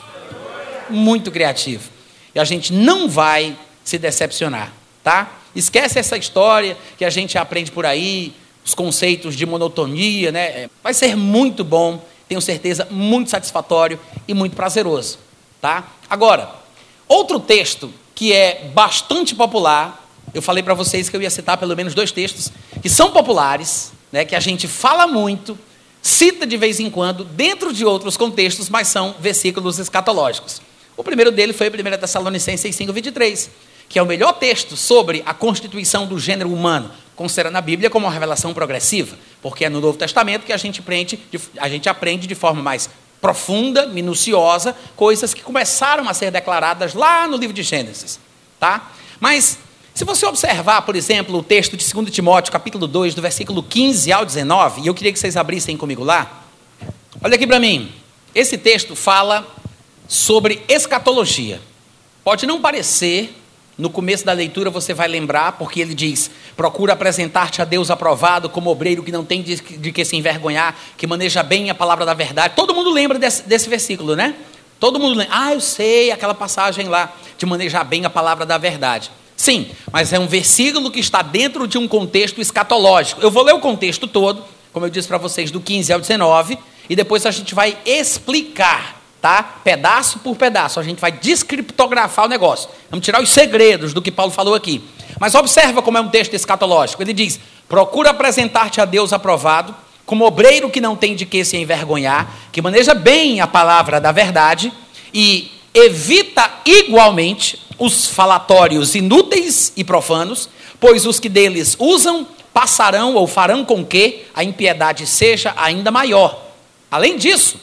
[SPEAKER 1] Muito criativo. E a gente não vai se decepcionar, tá? Esquece essa história que a gente aprende por aí, os conceitos de monotonia, né? Vai ser muito bom, tenho certeza, muito satisfatório e muito prazeroso, tá? Agora, outro texto que é bastante popular, eu falei para vocês que eu ia citar pelo menos 2 textos que são populares, né? Que a gente fala muito, cita de vez em quando, dentro de outros contextos, mas são versículos escatológicos. O primeiro dele foi 1 Tessalonicenses 5:23, que é o melhor texto sobre a constituição do gênero humano, considerando a Bíblia como uma revelação progressiva, porque é no Novo Testamento que a gente aprende de forma mais profunda, minuciosa, coisas que começaram a ser declaradas lá no livro de Gênesis, tá? Mas, se você observar, por exemplo, o texto de 2 Timóteo, capítulo 2, do versículo 15 ao 19, e eu queria que vocês abrissem comigo lá, olha aqui para mim, esse texto fala sobre escatologia. Pode não parecer, no começo da leitura você vai lembrar, porque ele diz: procura apresentar-te a Deus aprovado, como obreiro que não tem de que se envergonhar, que maneja bem a palavra da verdade. Todo mundo lembra desse versículo, né? Todo mundo lembra. Ah, eu sei, aquela passagem lá, de manejar bem a palavra da verdade. Sim, mas é um versículo que está dentro de um contexto escatológico. Eu vou ler o contexto todo, como eu disse para vocês, do 15 ao 19, e depois a gente vai explicar, tá? Pedaço por pedaço, a gente vai descriptografar o negócio. Vamos tirar os segredos do que Paulo falou aqui. Mas observa como é um texto escatológico. Ele diz: procura apresentar-te a Deus aprovado, como obreiro que não tem de que se envergonhar, que maneja bem a palavra da verdade, e evita igualmente os falatórios inúteis e profanos, pois os que deles usam passarão ou farão com que a impiedade seja ainda maior. Além disso,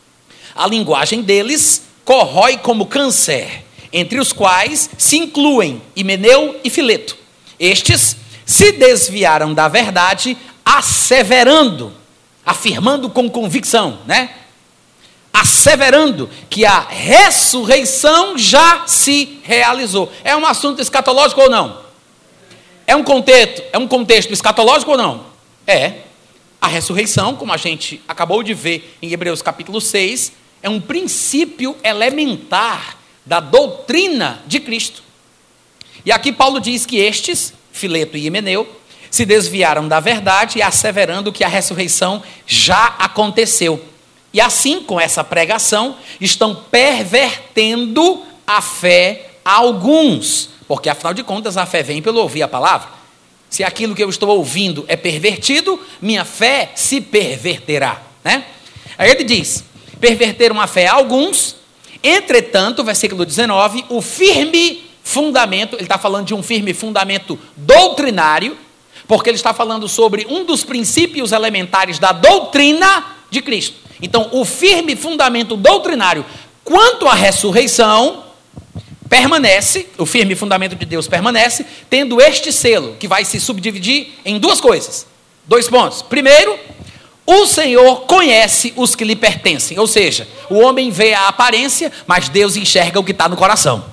[SPEAKER 1] a linguagem deles corrói como câncer, entre os quais se incluem Himeneu e Fileto. Estes se desviaram da verdade, asseverando, afirmando com convicção, né? Asseverando que a ressurreição já se realizou. É um assunto escatológico ou não? É um contexto escatológico ou não? É. A ressurreição, como a gente acabou de ver em Hebreus capítulo 6, é um princípio elementar da doutrina de Cristo. E aqui Paulo diz que estes, Fileto e Himeneu, se desviaram da verdade, asseverando que a ressurreição já aconteceu. E assim, com essa pregação, estão pervertendo a fé a alguns, porque afinal de contas a fé vem pelo ouvir a palavra. Se aquilo que eu estou ouvindo é pervertido, minha fé se perverterá, né? Aí ele diz: perverteram a fé a alguns, entretanto, versículo 19, o firme fundamento, ele está falando de um firme fundamento doutrinário, porque ele está falando sobre um dos princípios elementares da doutrina de Cristo. Então, o firme fundamento doutrinário quanto à ressurreição permanece, o firme fundamento de Deus permanece, tendo este selo, que vai se subdividir em 2 coisas, 2 pontos. Primeiro, o Senhor conhece os que lhe pertencem, ou seja, o homem vê a aparência, mas Deus enxerga o que está no coração.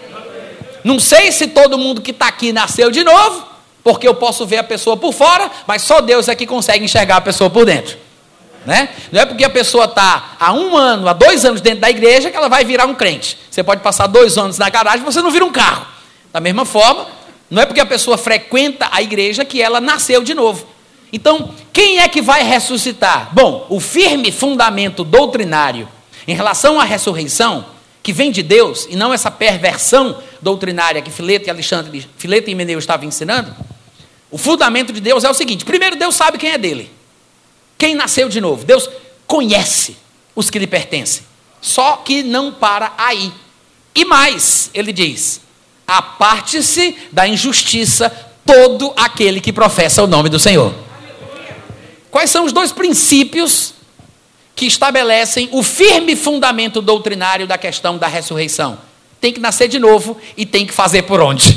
[SPEAKER 1] Não sei se todo mundo que está aqui nasceu de novo, porque eu posso ver a pessoa por fora, mas só Deus é que consegue enxergar a pessoa por dentro. Né? Não é porque a pessoa está há 1 ano, há 2 anos dentro da igreja que ela vai virar um crente. Você pode passar 2 anos na garagem e você não vira um carro. Da mesma forma, não é porque a pessoa frequenta a igreja que ela nasceu de novo. Então, quem é que vai ressuscitar? Bom, o firme fundamento doutrinário em relação à ressurreição, que vem de Deus, e não essa perversão doutrinária que Fileto e Himeneu estavam ensinando, o fundamento de Deus é o seguinte: primeiro, Deus sabe quem é dele. Quem nasceu de novo? Deus conhece os que lhe pertencem. Só que não para aí. E mais, ele diz: aparte-se da injustiça todo aquele que professa o nome do Senhor. Quais são os 2 princípios que estabelecem o firme fundamento doutrinário da questão da ressurreição. Tem que nascer de novo e tem que fazer por onde?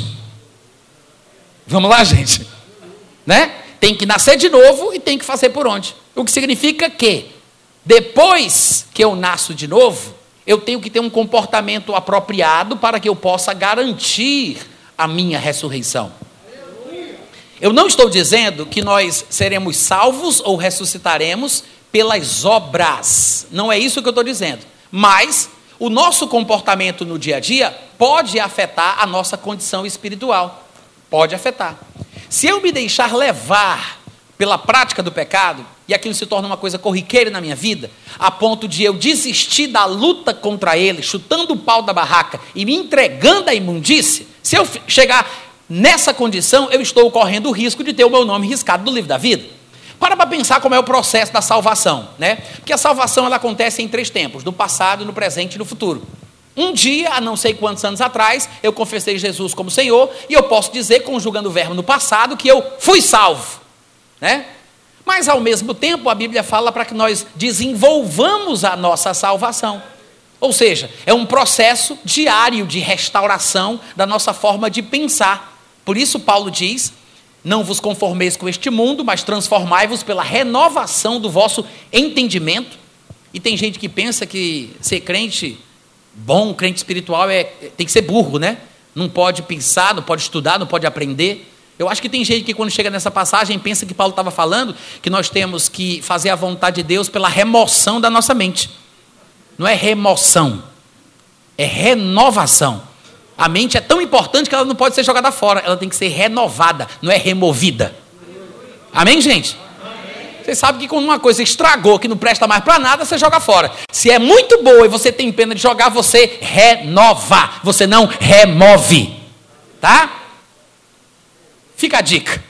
[SPEAKER 1] Vamos lá, gente. Né? Tem que nascer de novo e tem que fazer por onde? O que significa que, depois que eu nasço de novo, eu tenho que ter um comportamento apropriado para que eu possa garantir a minha ressurreição. Eu não estou dizendo que nós seremos salvos ou ressuscitaremos pelas obras. Não é isso que eu estou dizendo. Mas o nosso comportamento no dia a dia pode afetar a nossa condição espiritual. Pode afetar. Se eu me deixar levar pela prática do pecado, e aquilo se torna uma coisa corriqueira na minha vida, a ponto de eu desistir da luta contra ele, chutando o pau da barraca e me entregando à imundícia, se eu chegar nessa condição, eu estou correndo o risco de ter o meu nome riscado do livro da vida. Para pensar como é o processo da salvação, né? Porque a salvação ela acontece em 3 tempos, no passado, no presente e no futuro. Um dia, há não sei quantos anos atrás, eu confessei Jesus como Senhor, e eu posso dizer, conjugando o verbo no passado, que eu fui salvo, né? Mas, ao mesmo tempo, a Bíblia fala para que nós desenvolvamos a nossa salvação. Ou seja, é um processo diário de restauração da nossa forma de pensar. Por isso, Paulo diz, não vos conformeis com este mundo, mas transformai-vos pela renovação do vosso entendimento. E tem gente que pensa que ser crente bom, crente espiritual, tem que ser burro, né? Não pode pensar, não pode estudar, não pode aprender. Eu acho que tem gente que quando chega nessa passagem pensa que Paulo estava falando que nós temos que fazer a vontade de Deus pela remoção da nossa mente. Não é remoção, é renovação. A mente é tão importante que ela não pode ser jogada fora, ela tem que ser renovada, não é removida. Amém, gente? Você sabe que quando uma coisa estragou, que não presta mais para nada, você joga fora. Se é muito boa e você tem pena de jogar, você renova, você não remove. Tá? Fica a dica.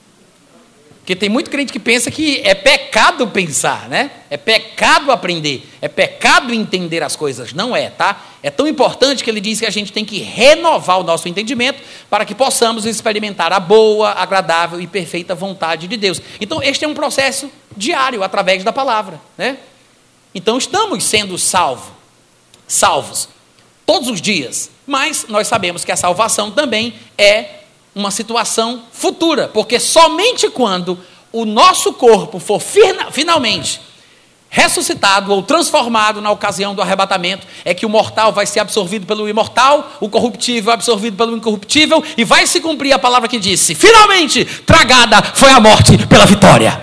[SPEAKER 1] Porque tem muito crente que pensa que é pecado pensar, né? É pecado aprender, é pecado entender as coisas. Não é, tá? É tão importante que ele diz que a gente tem que renovar o nosso entendimento para que possamos experimentar a boa, agradável e perfeita vontade de Deus. Então, este é um processo diário, através da palavra, né? Então, estamos sendo salvos todos os dias. Mas nós sabemos que a salvação também é uma situação futura, porque somente quando o nosso corpo for finalmente ressuscitado ou transformado na ocasião do arrebatamento, é que o mortal vai ser absorvido pelo imortal, o corruptível absorvido pelo incorruptível, e vai se cumprir a palavra que disse, finalmente, tragada foi a morte pela vitória.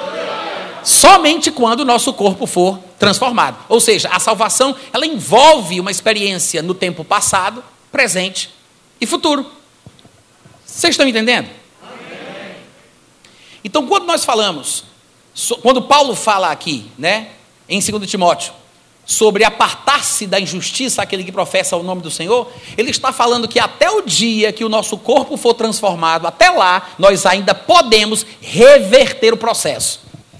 [SPEAKER 1] Somente quando o nosso corpo for transformado. Ou seja, a salvação, ela envolve uma experiência no tempo passado, presente e futuro. Vocês estão entendendo? Amém. Então, quando nós falamos, quando Paulo fala aqui, né, em 2 Timóteo, sobre apartar-se da injustiça aquele que professa o nome do Senhor, ele está falando que até o dia que o nosso corpo for transformado, até lá, nós ainda podemos reverter o processo.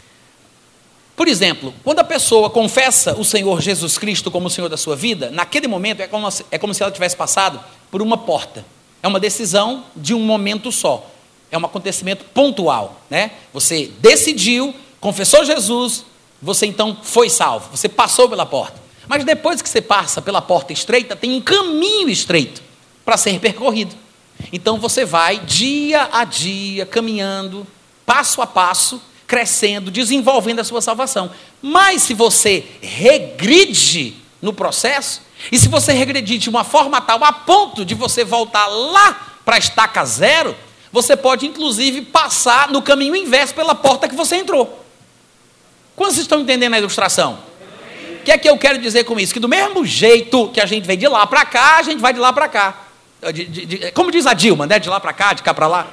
[SPEAKER 1] Por exemplo, quando a pessoa confessa o Senhor Jesus Cristo como o Senhor da sua vida, naquele momento é como se ela tivesse passado por uma porta. É uma decisão de um momento só. É um acontecimento pontual, né? Você decidiu, confessou Jesus, você então foi salvo. Você passou pela porta. Mas depois que você passa pela porta estreita, tem um caminho estreito para ser percorrido. Então você vai dia a dia, caminhando, passo a passo, crescendo, desenvolvendo a sua salvação. Mas se você regride no processo, e se você regredir de uma forma tal, a ponto de você voltar lá para a estaca zero, você pode, inclusive, passar no caminho inverso pela porta que você entrou. Quantos estão entendendo a ilustração? O que é que eu quero dizer com isso? Que do mesmo jeito que a gente vem de lá para cá, a gente vai de lá para cá. Como diz a Dilma, né? De lá para cá, de cá para lá.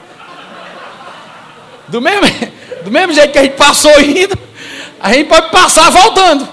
[SPEAKER 1] Do mesmo jeito que a gente passou indo, a gente pode passar voltando.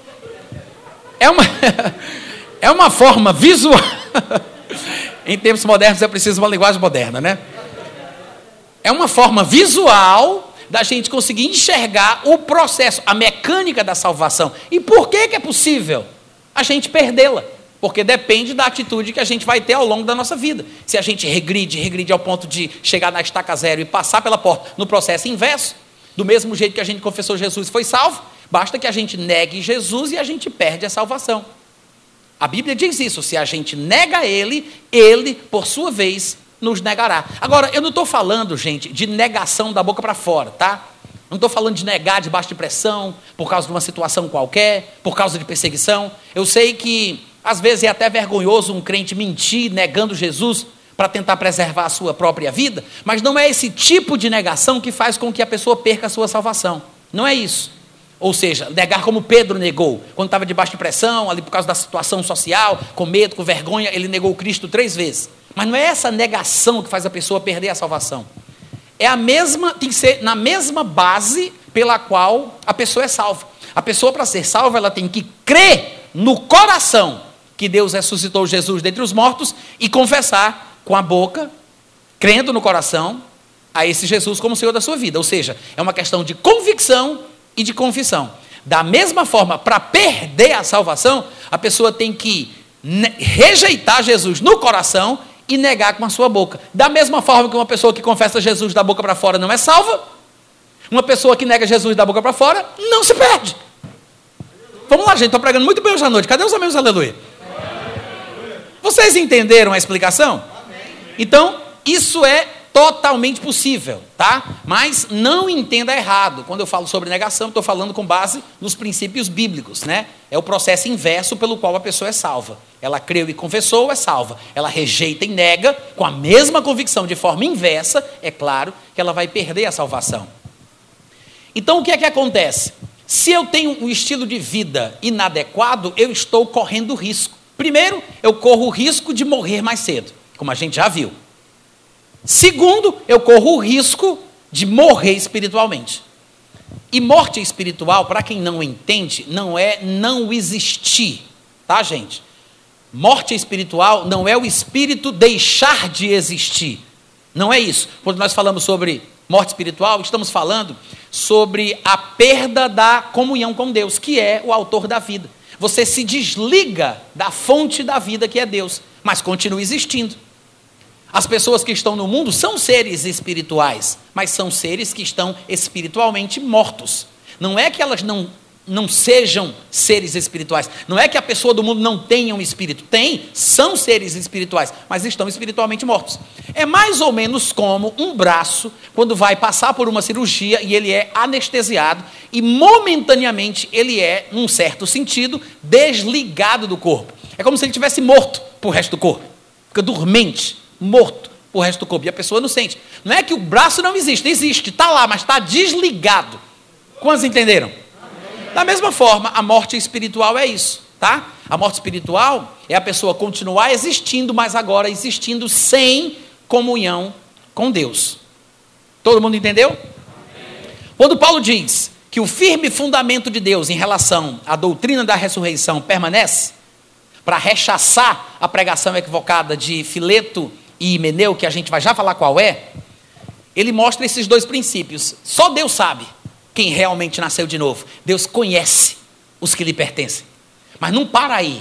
[SPEAKER 1] É uma forma visual. Em tempos modernos é preciso uma linguagem moderna, né? É uma forma visual da gente conseguir enxergar o processo, a mecânica da salvação. E por que é possível a gente perdê-la? Porque depende da atitude que a gente vai ter ao longo da nossa vida. Se a gente regride ao ponto de chegar na estaca zero e passar pela porta no processo inverso, do mesmo jeito que a gente confessou Jesus e foi salvo, Basta que a gente negue Jesus e a gente perde a salvação. A Bíblia diz isso, se a gente nega Ele, Ele, por sua vez, nos negará. Agora, eu não estou falando, gente, de negação da boca para fora, tá? Não estou falando de negar debaixo de pressão, por causa de uma situação qualquer, por causa de perseguição. Eu sei que, às vezes, é até vergonhoso um crente mentir, negando Jesus, para tentar preservar a sua própria vida, mas não é esse tipo de negação que faz com que a pessoa perca a sua salvação. Não é isso. Ou seja, negar como Pedro negou, quando estava debaixo de pressão, ali por causa da situação social, com medo, com vergonha, ele negou Cristo 3 vezes. Mas não é essa negação que faz a pessoa perder a salvação. É a mesma, tem que ser na mesma base pela qual a pessoa é salva. A pessoa, para ser salva, ela tem que crer no coração que Deus ressuscitou Jesus dentre os mortos e confessar com a boca, crendo no coração, a esse Jesus como Senhor da sua vida. Ou seja, é uma questão de convicção e de confissão. Da mesma forma, para perder a salvação, a pessoa tem que rejeitar Jesus no coração e negar com a sua boca. Da mesma forma que uma pessoa que confessa Jesus da boca para fora não é salva, uma pessoa que nega Jesus da boca para fora não se perde. Vamos lá, gente, estou pregando muito bem hoje à noite. Cadê os amigos, aleluia? Vocês entenderam a explicação? Então, isso é totalmente possível, tá? Mas não entenda errado. Quando eu falo sobre negação, estou falando com base nos princípios bíblicos, né? É o processo inverso pelo qual a pessoa é salva. Ela creu e confessou, é salva. Ela rejeita e nega, com a mesma convicção, de forma inversa, é claro que ela vai perder a salvação. Então, o que é que acontece? Se eu tenho um estilo de vida inadequado, eu estou correndo risco. Primeiro, eu corro o risco de morrer mais cedo, como a gente já viu. Segundo, eu corro o risco de morrer espiritualmente. E morte espiritual, para quem não entende, não é não existir, tá, gente? Morte espiritual não é o espírito deixar de existir. Não é isso. Quando nós falamos sobre morte espiritual, estamos falando sobre a perda da comunhão com Deus, que é o autor da vida. Você se desliga da fonte da vida, que é Deus, mas continua existindo. As pessoas que estão no mundo são seres espirituais, mas são seres que estão espiritualmente mortos. Não é que elas não sejam seres espirituais. Não é que a pessoa do mundo não tenha um espírito. Tem, são seres espirituais, mas estão espiritualmente mortos. É mais ou menos como um braço, quando vai passar por uma cirurgia e ele é anestesiado e momentaneamente ele é, num certo sentido, desligado do corpo. É como se ele estivesse morto para o resto do corpo. Fica dormente, morto para o resto do corpo. E a pessoa não sente. Não é que o braço não existe, existe, está lá, mas está desligado. Quantos entenderam? Da mesma forma, a morte espiritual é isso, tá? A morte espiritual é a pessoa continuar existindo, mas agora existindo sem comunhão com Deus. Todo mundo entendeu? Quando Paulo diz que o firme fundamento de Deus em relação à doutrina da ressurreição permanece, para rechaçar a pregação equivocada de Fileto e Himeneu, que a gente vai já falar qual é, ele mostra esses dois princípios. Só Deus sabe quem realmente nasceu de novo. Deus conhece os que lhe pertencem. Mas não para aí.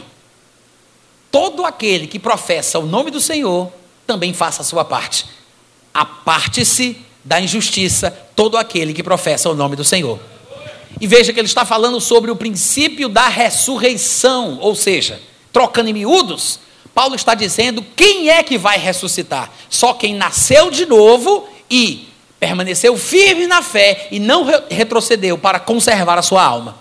[SPEAKER 1] Todo aquele que professa o nome do Senhor, também faça a sua parte. Aparte-se da injustiça todo aquele que professa o nome do Senhor. E veja que ele está falando sobre o princípio da ressurreição, ou seja, trocando em miúdos, Paulo está dizendo quem é que vai ressuscitar. Só quem nasceu de novo e permaneceu firme na fé e não retrocedeu para conservar a sua alma.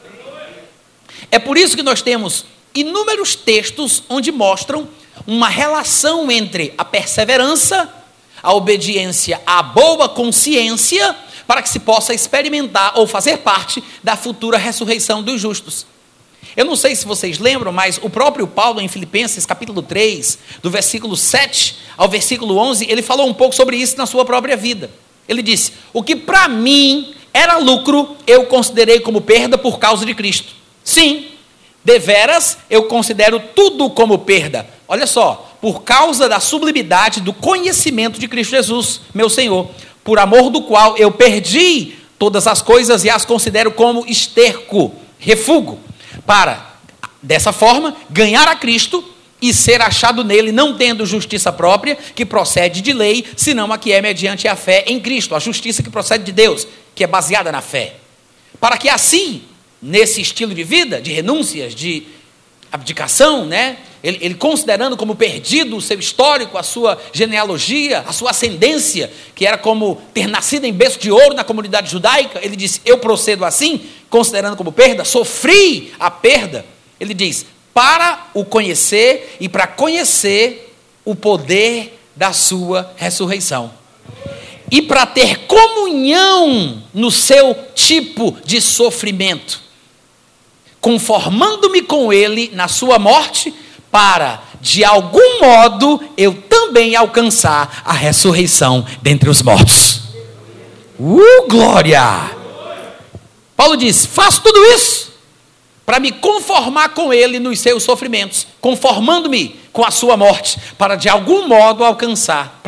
[SPEAKER 1] É por isso que nós temos inúmeros textos onde mostram uma relação entre a perseverança, a obediência, a boa consciência, para que se possa experimentar ou fazer parte da futura ressurreição dos justos. Eu não sei se vocês lembram, mas o próprio Paulo em Filipenses capítulo 3, do versículo 7 ao versículo 11, ele falou um pouco sobre isso na sua própria vida. Ele disse, o que para mim era lucro, eu considerei como perda por causa de Cristo. Sim, deveras eu considero tudo como perda. Olha só, por causa da sublimidade do conhecimento de Cristo Jesus, meu Senhor, por amor do qual eu perdi todas as coisas e as considero como esterco, refúgio, para, dessa forma, ganhar a Cristo e ser achado nele, não tendo justiça própria, que procede de lei, senão a que é mediante a fé em Cristo, a justiça que procede de Deus, que é baseada na fé. Para que assim nesse estilo de vida, de renúncias, de abdicação, né? Ele considerando como perdido o seu histórico, a sua genealogia, a sua ascendência, que era como ter nascido em berço de ouro na comunidade judaica, ele disse, eu procedo assim, considerando como perda, sofri a perda. Ele diz, para o conhecer e para conhecer o poder da sua ressurreição. E para ter comunhão no seu tipo de sofrimento, conformando-me com ele na sua morte, para, de algum modo, eu também alcançar a ressurreição dentre os mortos. Glória! Paulo diz, faço tudo isso para me conformar com ele nos seus sofrimentos, conformando-me com a sua morte, para de algum modo alcançar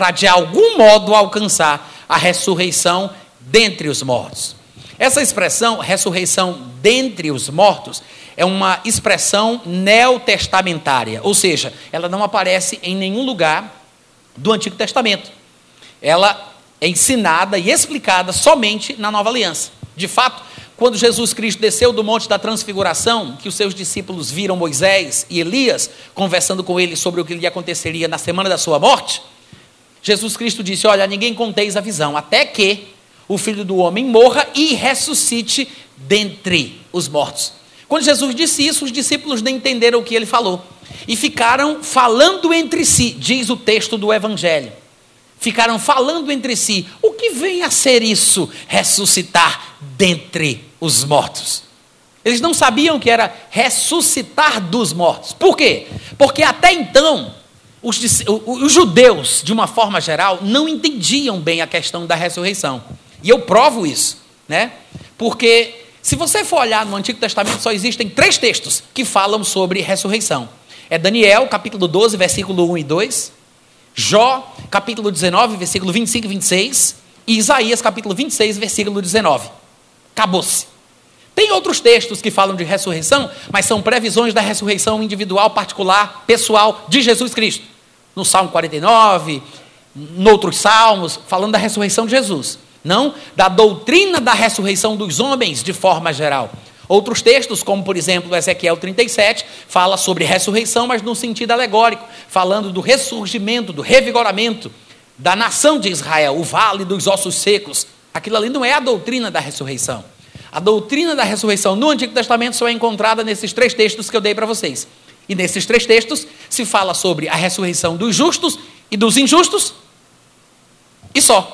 [SPEAKER 1] a ressurreição dentre os mortos. Essa expressão, ressurreição dentre os mortos, é uma expressão neotestamentária, ou seja, ela não aparece em nenhum lugar do Antigo Testamento. Ela é ensinada e explicada somente na Nova Aliança. De fato, quando Jesus Cristo desceu do Monte da Transfiguração, que os seus discípulos viram Moisés e Elias conversando com ele sobre o que lhe aconteceria na semana da sua morte, Jesus Cristo disse, olha, ninguém conteis a visão, até que o Filho do Homem morra e ressuscite dentre os mortos. Quando Jesus disse isso, os discípulos não entenderam o que ele falou. E ficaram falando entre si, diz o texto do Evangelho. Ficaram falando entre si, o que vem a ser isso, ressuscitar dentre os mortos? Eles não sabiam o que era ressuscitar dos mortos. Por quê? Porque até então, os judeus, de uma forma geral, não entendiam bem a questão da ressurreição. E eu provo isso, né? Porque se você for olhar no Antigo Testamento, só existem 3 textos que falam sobre ressurreição. É Daniel, capítulo 12, versículo 1 e 2, Jó, capítulo 19, versículo 25 e 26, e Isaías, capítulo 26, versículo 19. Acabou-se. Tem outros textos que falam de ressurreição, mas são previsões da ressurreição individual, particular, pessoal de Jesus Cristo. No Salmo 49, em outros salmos, falando da ressurreição de Jesus. Não da doutrina da ressurreição dos homens de forma geral. Outros textos, como por exemplo Ezequiel 37, fala sobre ressurreição, mas num sentido alegórico, falando do ressurgimento, do revigoramento da nação de Israel, o vale dos ossos secos. Aquilo ali não é a doutrina da ressurreição. A doutrina da ressurreição no Antigo Testamento só é encontrada nesses 3 textos que eu dei para vocês. E nesses 3 textos se fala sobre a ressurreição dos justos e dos injustos, e só.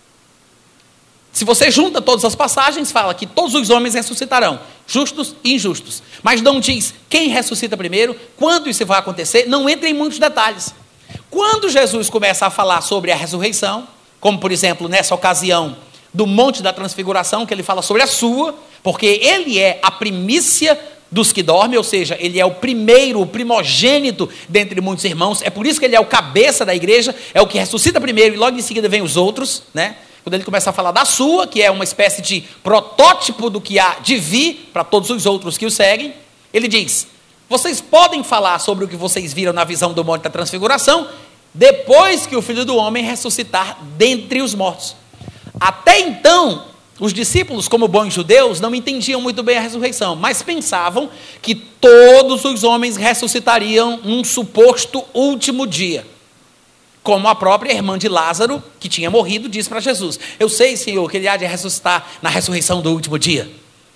[SPEAKER 1] Se você junta todas as passagens, fala que todos os homens ressuscitarão, justos e injustos. Mas não diz quem ressuscita primeiro, quando isso vai acontecer, não entra em muitos detalhes. Quando Jesus começa a falar sobre a ressurreição, como por exemplo nessa ocasião do Monte da Transfiguração, que ele fala sobre a sua, porque ele é a primícia dos que dormem, ou seja, ele é o primeiro, o primogênito dentre muitos irmãos, é por isso que ele é o cabeça da igreja, é o que ressuscita primeiro e logo em seguida vem os outros, né? Quando ele começa a falar da sua, que é uma espécie de protótipo do que há de vir para todos os outros que o seguem, ele diz, vocês podem falar sobre o que vocês viram na visão do Monte da Transfiguração, depois que o Filho do Homem ressuscitar dentre os mortos. Até então, os discípulos, como bons judeus, não entendiam muito bem a ressurreição, mas pensavam que todos os homens ressuscitariam num suposto último dia. Como a própria irmã de Lázaro, que tinha morrido, disse para Jesus, eu sei, Senhor, que ele há de ressuscitar na ressurreição do último dia.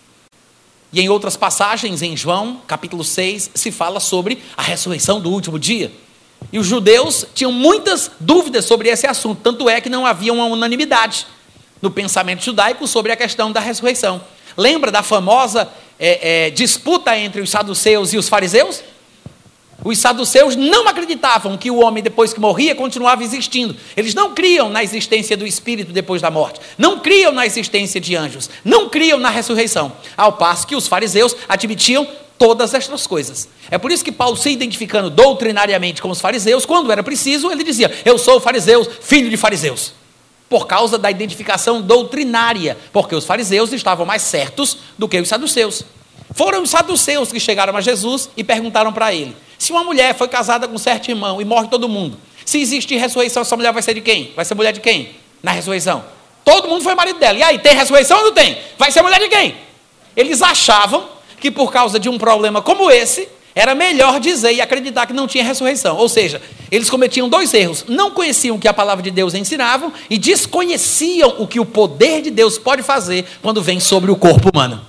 [SPEAKER 1] E em outras passagens, em João, capítulo 6, se fala sobre a ressurreição do último dia. E os judeus tinham muitas dúvidas sobre esse assunto, tanto é que não havia uma unanimidade no pensamento judaico sobre a questão da ressurreição. Lembra da famosa disputa entre os saduceus e os fariseus? Os saduceus não acreditavam que o homem, depois que morria, continuava existindo. Eles não criam na existência do espírito depois da morte. Não criam na existência de anjos. Não criam na ressurreição. Ao passo que os fariseus admitiam todas estas coisas. É por isso que Paulo, se identificando doutrinariamente com os fariseus, quando era preciso, ele dizia, eu sou fariseu, filho de fariseus. Por causa da identificação doutrinária, porque os fariseus estavam mais certos do que os saduceus. Foram os saduceus que chegaram a Jesus e perguntaram para ele, se uma mulher foi casada com um certo irmão e morre todo mundo, se existe ressurreição, essa mulher vai ser de quem? Vai ser mulher de quem? Na ressurreição. Todo mundo foi marido dela. E aí, tem ressurreição ou não tem? Vai ser mulher de quem? Eles achavam que por causa de um problema como esse, era melhor dizer e acreditar que não tinha ressurreição. Ou seja, eles cometiam 2 erros. Não conheciam o que a palavra de Deus ensinava e desconheciam o que o poder de Deus pode fazer quando vem sobre o corpo humano.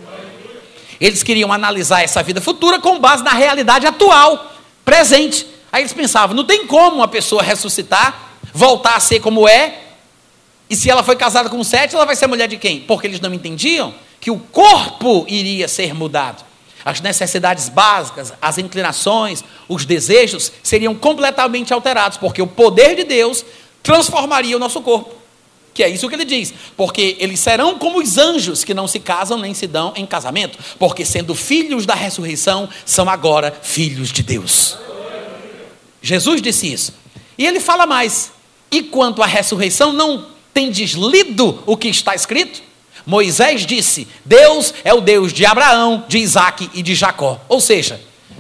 [SPEAKER 1] Eles queriam analisar essa vida futura com base na realidade atual, presente. Aí eles pensavam, não tem como uma pessoa ressuscitar, voltar a ser como é, e se ela foi casada com 7, ela vai ser mulher de quem? Porque eles não entendiam que o corpo iria ser mudado. As necessidades básicas, as inclinações, os desejos seriam completamente alterados, porque o poder de Deus transformaria o nosso corpo. Que é isso que ele diz. Porque eles serão como os anjos que não se casam nem se dão em casamento. Porque sendo filhos da ressurreição, são agora filhos de Deus. Jesus disse isso. E ele fala mais. E quanto à ressurreição, não tendes lido o que está escrito? Moisés disse, Deus é o Deus de Abraão, de Isaque e de Jacó. Ou seja,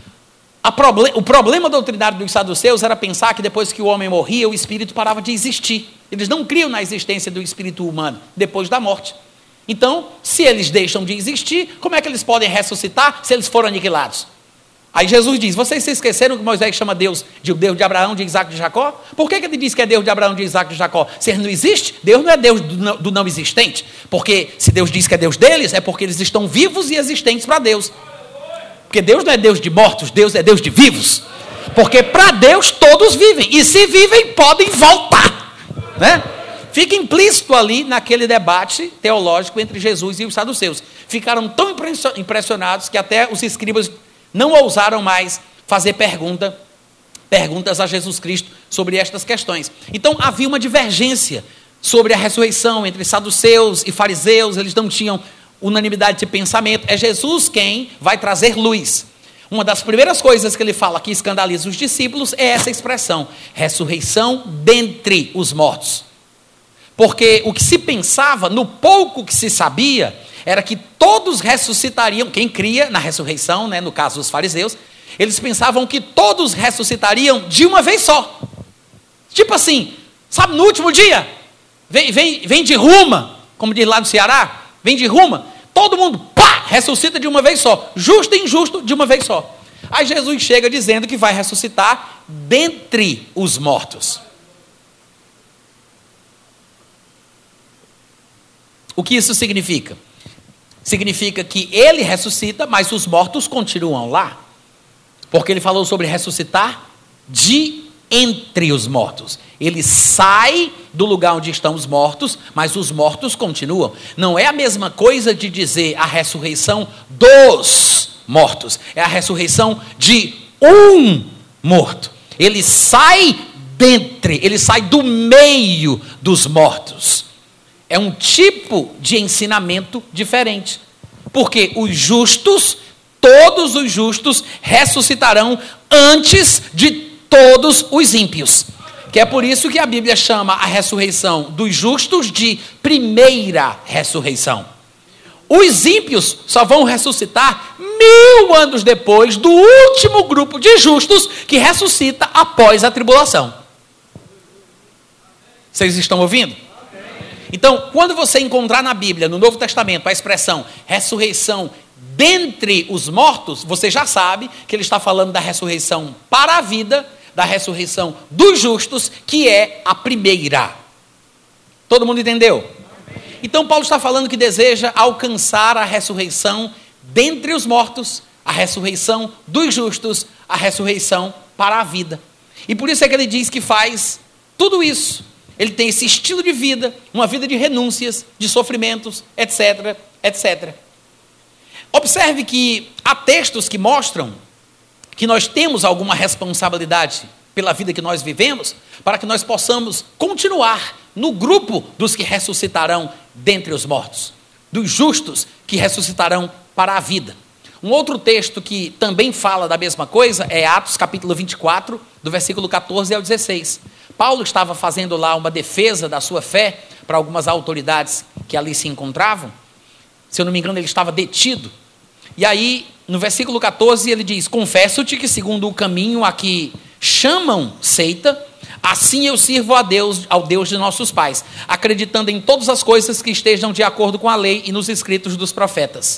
[SPEAKER 1] o problema doutrinário dos saduceus era pensar que depois que o homem morria, o espírito parava de existir. Eles não criam na existência do espírito humano depois da morte. Então, se eles deixam de existir, como é que eles podem ressuscitar se eles foram aniquilados? Aí Jesus diz, vocês se esqueceram que Moisés chama Deus de Deus de Abraão, de Isaque e de Jacó? Por que ele diz que é Deus de Abraão, de Isaque e de Jacó? Se ele não existe, Deus não é Deus do não existente. Porque se Deus diz que é Deus deles, é porque eles estão vivos e existentes para Deus. Porque Deus não é Deus de mortos, Deus é Deus de vivos. Porque para Deus todos vivem. E se vivem, podem voltar. Né? Fica implícito ali naquele debate teológico entre Jesus e os saduceus. Ficaram tão impressionados que até os escribas não ousaram mais fazer perguntas a Jesus Cristo sobre estas questões. Então havia uma divergência sobre a ressurreição entre saduceus e fariseus. Eles não tinham unanimidade de pensamento. É Jesus quem vai trazer luz. Uma das primeiras coisas que ele fala que escandaliza os discípulos é essa expressão, ressurreição dentre os mortos. Porque o que se pensava, no pouco que se sabia, era que todos ressuscitariam, quem cria na ressurreição, né, no caso dos fariseus, eles pensavam que todos ressuscitariam de uma vez só. Tipo assim, sabe, no último dia, vem de ruma, como diz lá no Ceará, vem de ruma, todo mundo, pá, ressuscita de uma vez só, justo e injusto de uma vez só. Aí Jesus chega dizendo que vai ressuscitar dentre os mortos. O que isso significa? Significa que ele ressuscita, mas os mortos continuam lá. Porque ele falou sobre ressuscitar de entre os mortos. Ele sai do lugar onde estão os mortos, mas os mortos continuam. Não é a mesma coisa de dizer a ressurreição dos mortos. É a ressurreição de um morto. Ele sai dentre, ele sai do meio dos mortos. É um tipo de ensinamento diferente. Porque os justos, todos os justos, ressuscitarão antes de todos os ímpios. Que é por isso que a Bíblia chama a ressurreição dos justos de primeira ressurreição. Os ímpios só vão ressuscitar 1000 anos depois do último grupo de justos que ressuscita após a tribulação. Vocês estão ouvindo? Então, quando você encontrar na Bíblia, no Novo Testamento, a expressão ressurreição dentre os mortos, você já sabe que ele está falando da ressurreição para a vida, da ressurreição dos justos, que é a primeira. Todo mundo entendeu? Então, Paulo está falando que deseja alcançar a ressurreição dentre os mortos, a ressurreição dos justos, a ressurreição para a vida. E por isso é que ele diz que faz tudo isso. Ele tem esse estilo de vida, uma vida de renúncias, de sofrimentos, etc, etc. Observe que há textos que mostram que nós temos alguma responsabilidade pela vida que nós vivemos, para que nós possamos continuar no grupo dos que ressuscitarão dentre os mortos, dos justos que ressuscitarão para a vida. Um outro texto que também fala da mesma coisa é Atos capítulo 24, do versículo 14 ao 16. Paulo estava fazendo lá uma defesa da sua fé para algumas autoridades que ali se encontravam. Se eu não me engano, ele estava detido. E aí, no versículo 14, ele diz, confesso-te que segundo o caminho a que chamam seita, assim eu sirvo a Deus, ao Deus de nossos pais, acreditando em todas as coisas que estejam de acordo com a lei e nos escritos dos profetas.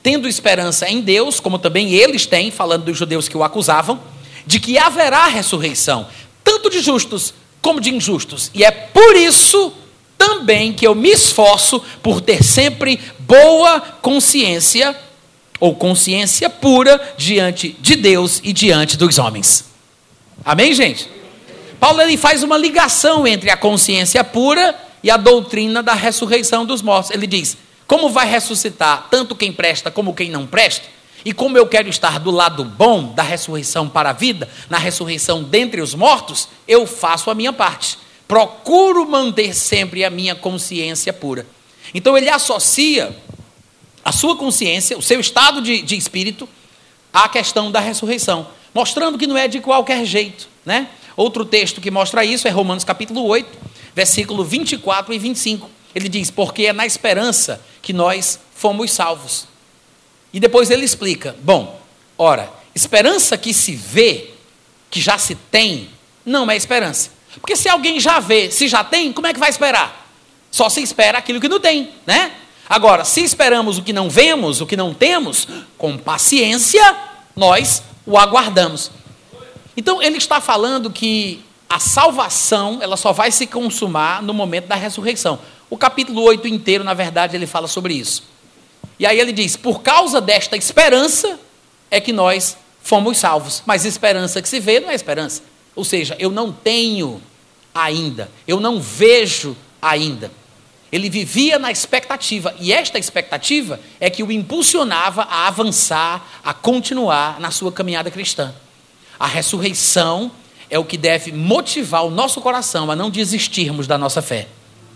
[SPEAKER 1] tendo esperança em Deus, como também eles têm, falando dos judeus que o acusavam, de que haverá ressurreição, tanto de justos como de injustos. E é por isso também que eu me esforço por ter sempre boa consciência, ou consciência pura, diante de Deus e diante dos homens. Amém, gente? Paulo ele faz uma ligação entre a consciência pura e a doutrina da ressurreição dos mortos. Ele diz, como vai ressuscitar tanto quem presta como quem não presta? E como eu quero estar do lado bom da ressurreição para a vida, na ressurreição dentre os mortos, eu faço a minha parte. Procuro manter sempre a minha consciência pura. Então ele associa a sua consciência, o seu estado de espírito, à questão da ressurreição, mostrando que não é de qualquer jeito, né? Outro texto que mostra isso é Romanos capítulo 8, versículo 24 e 25. Ele diz, porque é na esperança que nós fomos salvos. E depois ele explica, bom, ora, esperança que se vê, que já se tem, não é esperança. Porque se alguém já vê, se já tem, como é que vai esperar? Só se espera aquilo que não tem, né? Agora, se esperamos o que não vemos, o que não temos, com paciência, nós o aguardamos. Então, ele está falando que a salvação, ela só vai se consumar no momento da ressurreição. O capítulo 8 inteiro, na verdade, ele fala sobre isso. E aí ele diz, por causa desta esperança, é que nós fomos salvos. Mas esperança que se vê não é esperança. Ou seja, eu não tenho ainda, eu não vejo ainda. Ele vivia na expectativa, e esta expectativa é que o impulsionava a avançar, a continuar na sua caminhada cristã. A ressurreição é o que deve motivar o nosso coração a não desistirmos da nossa fé.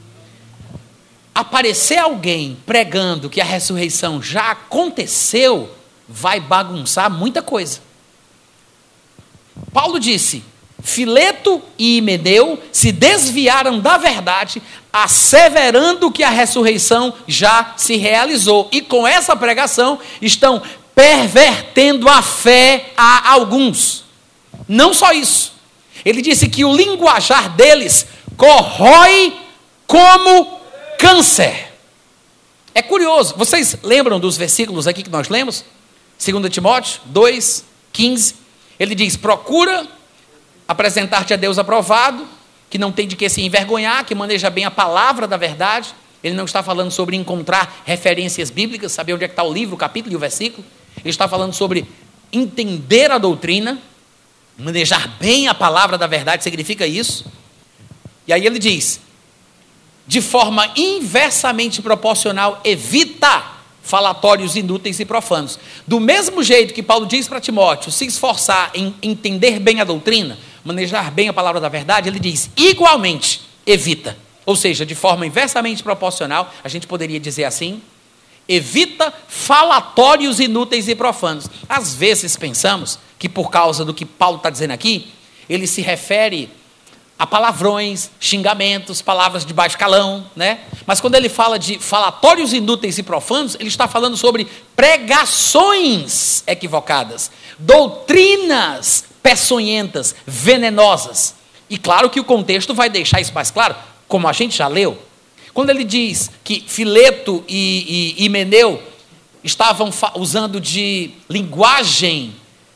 [SPEAKER 1] Aparecer alguém pregando que a ressurreição já aconteceu, vai bagunçar muita coisa. Paulo disse, Fileto e Himeneu se desviaram da verdade, asseverando que a ressurreição já se realizou. E com essa pregação estão pervertendo a fé a alguns. Não só isso. Ele disse que o linguajar deles corrói como câncer. É curioso. Vocês lembram dos versículos aqui que nós lemos? 2 Timóteo 2, 15. Ele diz, procura apresentar-te a Deus aprovado, que não tem de que se envergonhar, que maneja bem a palavra da verdade. Ele não está falando sobre encontrar referências bíblicas, saber onde é que está o livro, o capítulo e o versículo. Ele está falando sobre entender a doutrina, manejar bem a palavra da verdade, significa isso. E aí ele diz, de forma inversamente proporcional, evita falatórios inúteis e profanos. Do mesmo jeito que Paulo diz para Timóteo, se esforçar em entender bem a doutrina, manejar bem a palavra da verdade, ele diz, igualmente, evita. Ou seja, de forma inversamente proporcional, a gente poderia dizer assim, evita falatórios inúteis e profanos. Às vezes pensamos que por causa do que Paulo está dizendo aqui, ele se refere a palavrões, xingamentos, palavras de baixo calão, né? Mas quando ele fala de falatórios inúteis e profanos, ele está falando sobre pregações equivocadas, doutrinas peçonhentas, venenosas. E claro que o contexto vai deixar isso mais claro, como a gente já leu. Quando ele diz que Fileto e Himeneu estavam usando de linguagem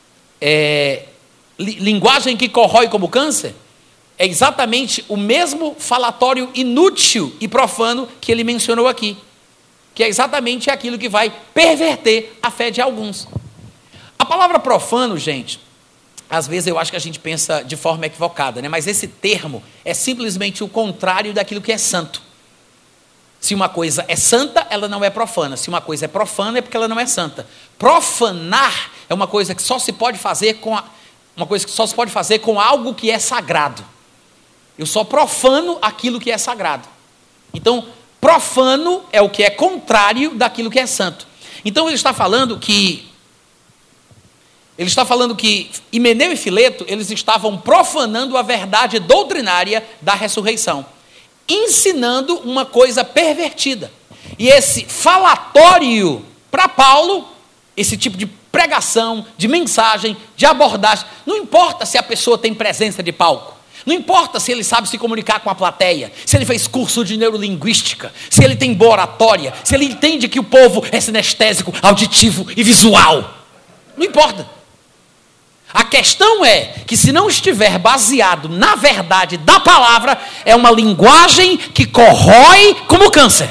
[SPEAKER 1] que corrói como câncer, é exatamente o mesmo falatório inútil e profano que ele mencionou aqui, que é exatamente aquilo que vai perverter a fé de alguns. A palavra profano, gente, às vezes eu acho que a gente pensa de forma equivocada, né? Mas esse termo é simplesmente o contrário daquilo que é santo. Se uma coisa é santa, ela não é profana. Se uma coisa é profana, é porque ela não é santa. Profanar é uma coisa que só se pode fazer com algo que é sagrado. Eu só profano aquilo que é sagrado. Então, profano é o que é contrário daquilo que é santo. Então, ele está falando que Himeneu e Fileto, eles estavam profanando a verdade doutrinária da ressurreição, ensinando uma coisa pervertida. E esse falatório, para Paulo, esse tipo de pregação, de mensagem, de abordagem, não importa se a pessoa tem presença de palco, Não importa se ele sabe se comunicar com a plateia, se ele fez curso de neurolinguística, se ele tem boa oratória, se ele entende que o povo é sinestésico, auditivo e visual. Não importa. A questão é que se não estiver baseado na verdade da palavra, é uma linguagem que corrói como câncer.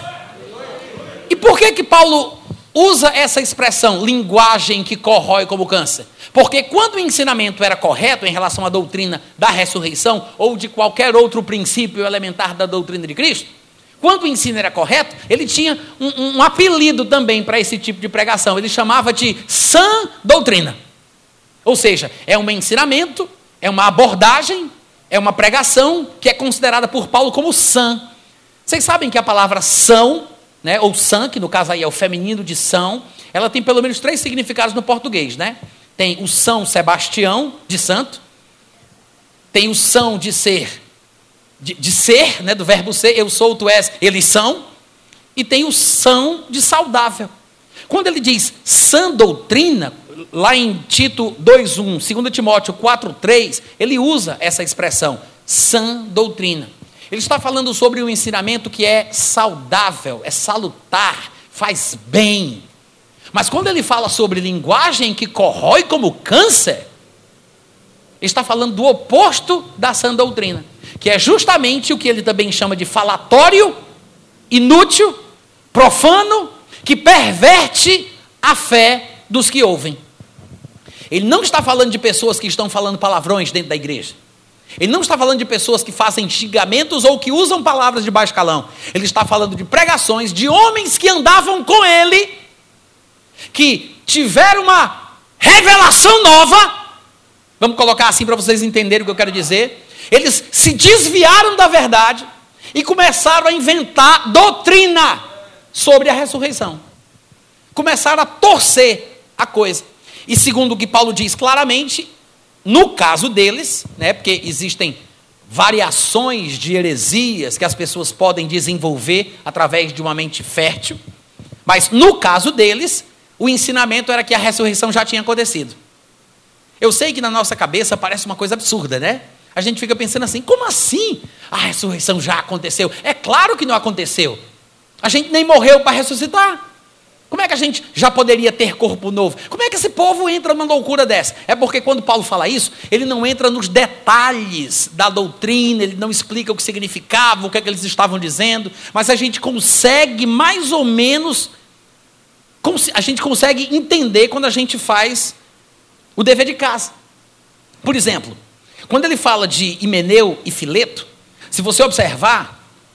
[SPEAKER 1] E por que Paulo usa essa expressão, linguagem que corrói como câncer? Porque quando o ensinamento era correto em relação à doutrina da ressurreição ou de qualquer outro princípio elementar da doutrina de Cristo, quando o ensino era correto, ele tinha um apelido também para esse tipo de pregação. Ele chamava de sã doutrina. Ou seja, é um ensinamento, é uma abordagem, é uma pregação que é considerada por Paulo como sã. Vocês sabem que a palavra são, né, ou sã, que no caso aí é o feminino de são, ela tem pelo menos 3 significados no português, né? Tem o São Sebastião, de santo, tem o são de ser, de ser, né, do verbo ser, eu sou, tu és, eles são, e tem o são de saudável. Quando ele diz sã doutrina, lá em Tito 2:1, 2 Timóteo 4:3, ele usa essa expressão, sã doutrina. Ele está falando sobre um ensinamento que é saudável, é salutar, faz bem. Mas quando ele fala sobre linguagem que corrói como câncer, ele está falando do oposto da sã doutrina, que é justamente o que ele também chama de falatório, inútil, profano, que perverte a fé dos que ouvem. Ele não está falando de pessoas que estão falando palavrões dentro da igreja. Ele não está falando de pessoas que fazem xingamentos ou que usam palavras de baixo calão. Ele está falando de pregações de homens que andavam com ele, que tiveram uma revelação nova. Vamos colocar assim para vocês entenderem o que eu quero dizer. Eles se desviaram da verdade e começaram a inventar doutrina sobre a ressurreição. Começaram a torcer a coisa. E segundo o que Paulo diz claramente, no caso deles, né, porque existem variações de heresias que as pessoas podem desenvolver através de uma mente fértil, mas no caso deles, o ensinamento era que a ressurreição já tinha acontecido. Eu sei que na nossa cabeça parece uma coisa absurda, né? A gente fica pensando assim, como assim? A ressurreição já aconteceu? É claro que não aconteceu. A gente nem morreu para ressuscitar. Como é que a gente já poderia ter corpo novo? Como é que esse povo entra numa loucura dessa? É porque quando Paulo fala isso, ele não entra nos detalhes da doutrina, ele não explica o que significava, o que é que eles estavam dizendo, mas a gente consegue mais ou menos, a gente consegue entender quando a gente faz o dever de casa. Por exemplo, quando ele fala de Himeneu e Fileto, se você observar,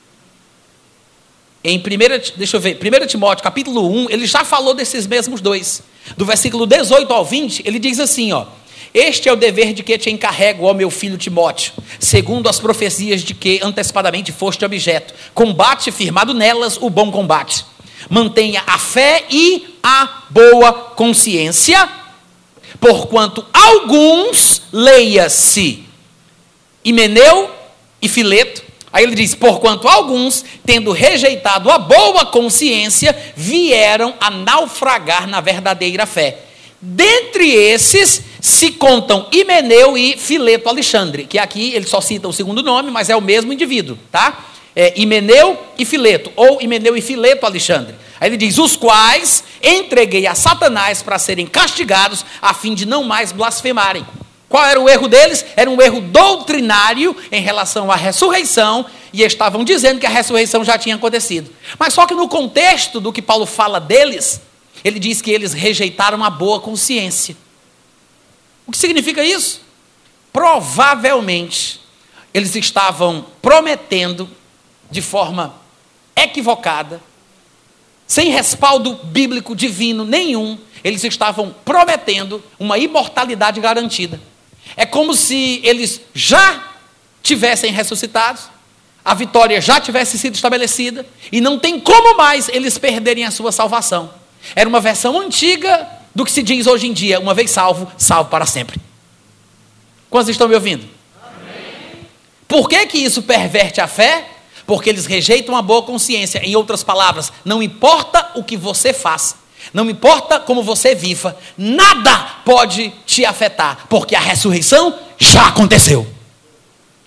[SPEAKER 1] em 1 Timóteo, capítulo 1, ele já falou desses mesmos dois. Do versículo 18 ao 20, ele diz assim, ó: este é o dever de que te encarrego, ó meu filho Timóteo, segundo as profecias de que antecipadamente foste objeto. Combate firmado nelas o bom combate. Mantenha a fé e a boa consciência, porquanto alguns, leia-se, Himeneu e Fileto. Aí ele diz, porquanto alguns, tendo rejeitado a boa consciência, vieram a naufragar na verdadeira fé. Dentre esses, se contam Himeneu e Fileto Alexandre, que aqui ele só cita o segundo nome, mas é o mesmo indivíduo, tá? É Himeneu e Fileto, ou Himeneu e Fileto Alexandre. Aí ele diz, os quais entreguei a Satanás para serem castigados, a fim de não mais blasfemarem. Qual era o erro deles? Era um erro doutrinário em relação à ressurreição, e estavam dizendo que a ressurreição já tinha acontecido. Mas só que no contexto do que Paulo fala deles, ele diz que eles rejeitaram a boa consciência. O que significa isso? Provavelmente, eles estavam prometendo de forma equivocada, sem respaldo bíblico divino nenhum, eles estavam prometendo uma imortalidade garantida. É como se eles já tivessem ressuscitado, a vitória já tivesse sido estabelecida, e não tem como mais eles perderem a sua salvação. Era uma versão antiga do que se diz hoje em dia, uma vez salvo, salvo para sempre. Quantos estão me ouvindo? Amém. Por que isso perverte a fé? Porque eles rejeitam a boa consciência. Em outras palavras, não importa o que você faça, não importa como você viva, nada pode te afetar, porque a ressurreição já aconteceu.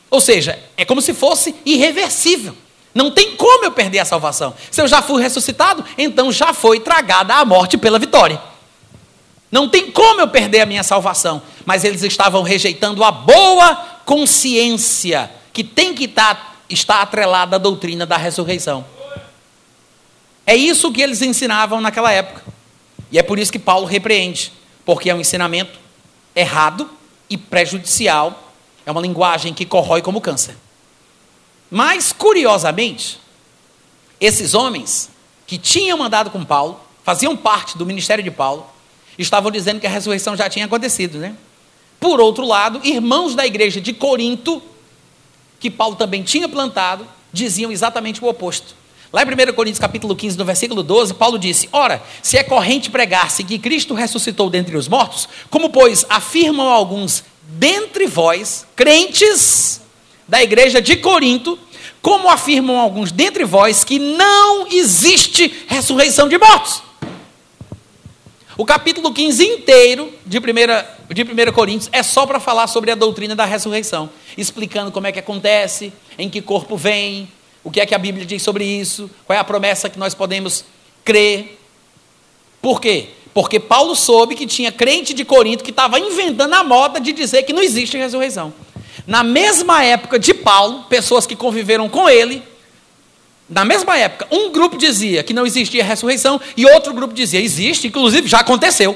[SPEAKER 1] Ou seja, é como se fosse irreversível. Não tem como eu perder a salvação. Se eu já fui ressuscitado, então já foi tragada a morte pela vitória. Não tem como eu perder a minha salvação. Mas eles estavam rejeitando a boa consciência que tem que estar atrelada à doutrina da ressurreição. É isso que eles ensinavam naquela época. E é por isso que Paulo repreende. Porque é um ensinamento errado e prejudicial. É uma linguagem que corrói como câncer. Mas, curiosamente, esses homens que tinham andado com Paulo, faziam parte do ministério de Paulo, estavam dizendo que a ressurreição já tinha acontecido, né? Por outro lado, irmãos da igreja de Corinto, que Paulo também tinha plantado, diziam exatamente o oposto. Lá em 1 Coríntios capítulo 15, no versículo 12, Paulo disse: ora, se é corrente pregar-se que Cristo ressuscitou dentre os mortos, como, pois, afirmam alguns dentre vós, crentes da igreja de Corinto, como afirmam alguns dentre vós que não existe ressurreição de mortos. O capítulo 15 inteiro de 1 Coríntios é só para falar sobre a doutrina da ressurreição, explicando como é que acontece, em que corpo vem, o que é que a Bíblia diz sobre isso, qual é a promessa que nós podemos crer. Por quê? Porque Paulo soube que tinha crente de Corinto que estava inventando a moda de dizer que não existe ressurreição. Na mesma época de Paulo, pessoas que conviveram com ele, na mesma época, um grupo dizia que não existia ressurreição e outro grupo dizia, existe, inclusive já aconteceu.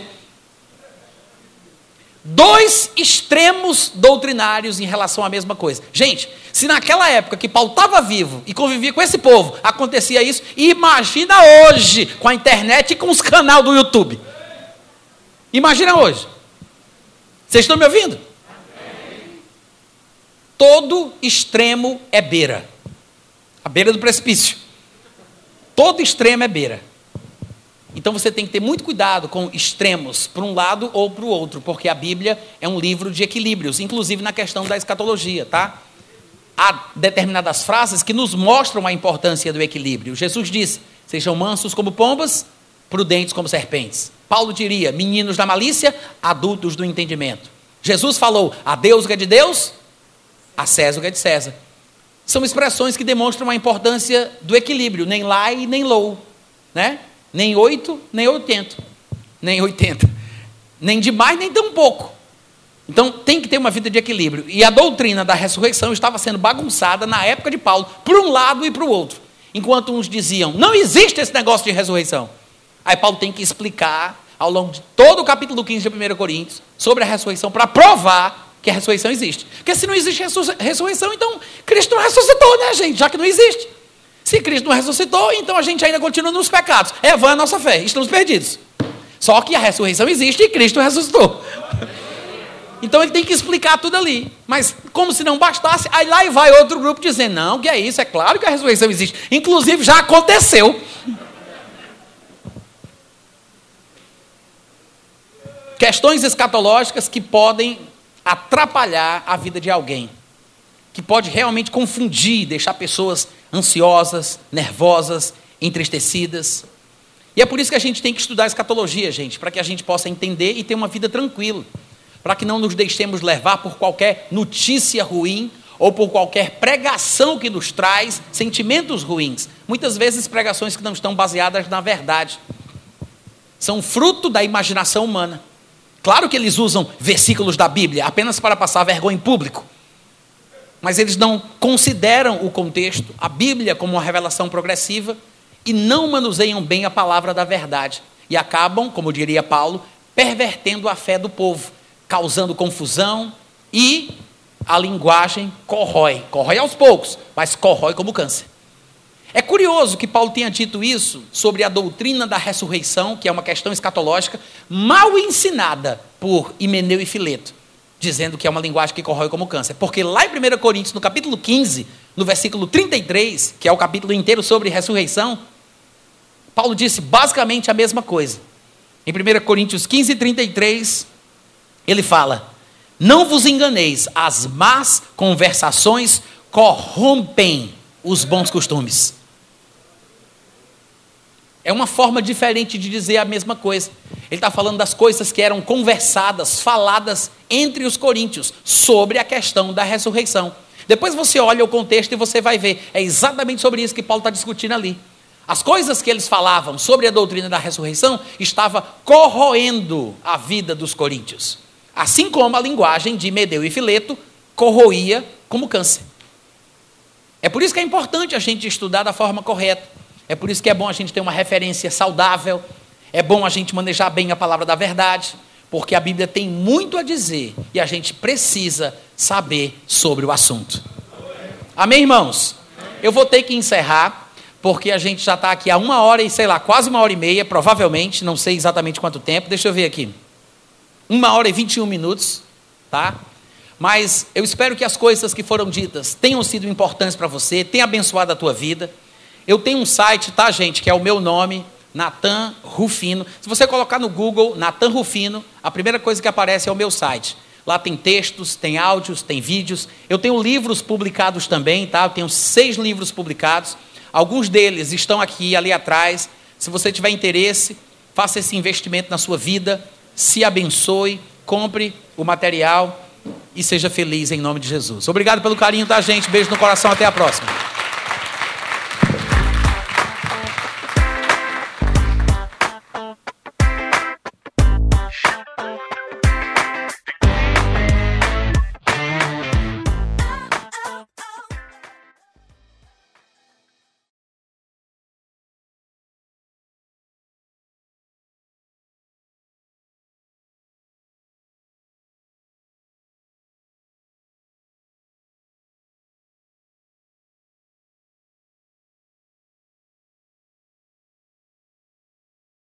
[SPEAKER 1] Dois extremos doutrinários em relação à mesma coisa. Gente, se naquela época que Paulo estava vivo e convivia com esse povo, acontecia isso, imagina hoje, com a internet e com os canais do YouTube. Imagina hoje. Vocês estão me ouvindo? Todo extremo é beira. A beira do precipício. Todo extremo é beira. Então você tem que ter muito cuidado com extremos, para um lado ou para o outro, porque a Bíblia é um livro de equilíbrios, inclusive na questão da escatologia, tá? Há determinadas frases que nos mostram a importância do equilíbrio. Jesus disse, sejam mansos como pombas, prudentes como serpentes. Paulo diria, meninos da malícia, adultos do entendimento. Jesus falou, a Deus o que é de Deus, a César o que é de César. São expressões que demonstram a importância do equilíbrio, nem lá e nem low, né? Nem 8, nem 80, nem 80, nem demais, nem tão pouco. Então, tem que ter uma vida de equilíbrio. E a doutrina da ressurreição estava sendo bagunçada na época de Paulo, por um lado e para o outro. Enquanto uns diziam, não existe esse negócio de ressurreição. Aí Paulo tem que explicar, ao longo de todo o capítulo 15 de 1 Coríntios, sobre a ressurreição, para provar que a ressurreição existe. Porque se não existe ressurreição, então Cristo não ressuscitou, né, gente? Já que não existe. Se Cristo não ressuscitou, então a gente ainda continua nos pecados. É vã a nossa fé, estamos perdidos. Só que a ressurreição existe e Cristo ressuscitou. Então ele tem que explicar tudo ali. Mas como se não bastasse, aí lá e vai outro grupo dizendo, não, que é isso, é claro que a ressurreição existe. Inclusive já aconteceu. Questões escatológicas que podem atrapalhar a vida de alguém. Que pode realmente confundir, deixar pessoas ansiosas, nervosas, entristecidas. E é por isso que a gente tem que estudar escatologia, gente, para que a gente possa entender e ter uma vida tranquila, para que não nos deixemos levar por qualquer notícia ruim ou por qualquer pregação que nos traz sentimentos ruins. Muitas vezes pregações que não estão baseadas na verdade. São fruto da imaginação humana. Claro que eles usam versículos da Bíblia apenas para passar vergonha em público. Mas eles não consideram o contexto, a Bíblia como uma revelação progressiva e não manuseiam bem a palavra da verdade. E acabam, como diria Paulo, pervertendo a fé do povo, causando confusão e a linguagem corrói. Corrói aos poucos, mas corrói como câncer. É curioso que Paulo tenha dito isso sobre a doutrina da ressurreição, que é uma questão escatológica, mal ensinada por Himeneu e Fileto, dizendo que é uma linguagem que corrói como câncer. Porque lá em 1 Coríntios, no capítulo 15, no versículo 33, que é o capítulo inteiro sobre ressurreição, Paulo disse basicamente a mesma coisa. Em 1 Coríntios 15, 33, ele fala, não vos enganeis, as más conversações corrompem os bons costumes. É uma forma diferente de dizer a mesma coisa. Ele está falando das coisas que eram conversadas, faladas entre os coríntios, sobre a questão da ressurreição. Depois você olha o contexto e você vai ver. É exatamente sobre isso que Paulo está discutindo ali. As coisas que eles falavam sobre a doutrina da ressurreição estava corroendo a vida dos coríntios. Assim como a linguagem de Medeu e Fileto corroía como câncer. É por isso que é importante a gente estudar da forma correta. É por isso que é bom a gente ter uma referência saudável. É bom a gente manejar bem a palavra da verdade. Porque a Bíblia tem muito a dizer e a gente precisa saber sobre o assunto. Amém, irmãos? Eu vou ter que encerrar, porque a gente já está aqui há 1h e, sei lá, quase 1h30, provavelmente, não sei exatamente quanto tempo. Deixa eu ver aqui. 1h e 21 minutos, tá? Mas eu espero que as coisas que foram ditas tenham sido importantes para você, tenham abençoado a tua vida. Eu tenho um site, tá, gente, que é o meu nome, Natan Rufino. Se você colocar no Google, Natan Rufino, a primeira coisa que aparece é o meu site. Lá tem textos, tem áudios, tem vídeos. Eu tenho livros publicados também, tá? Eu tenho 6 livros publicados. Alguns deles estão aqui, ali atrás. Se você tiver interesse, faça esse investimento na sua vida, se abençoe, compre o material e seja feliz em nome de Jesus. Obrigado pelo carinho, tá, gente? Beijo no coração, até a próxima.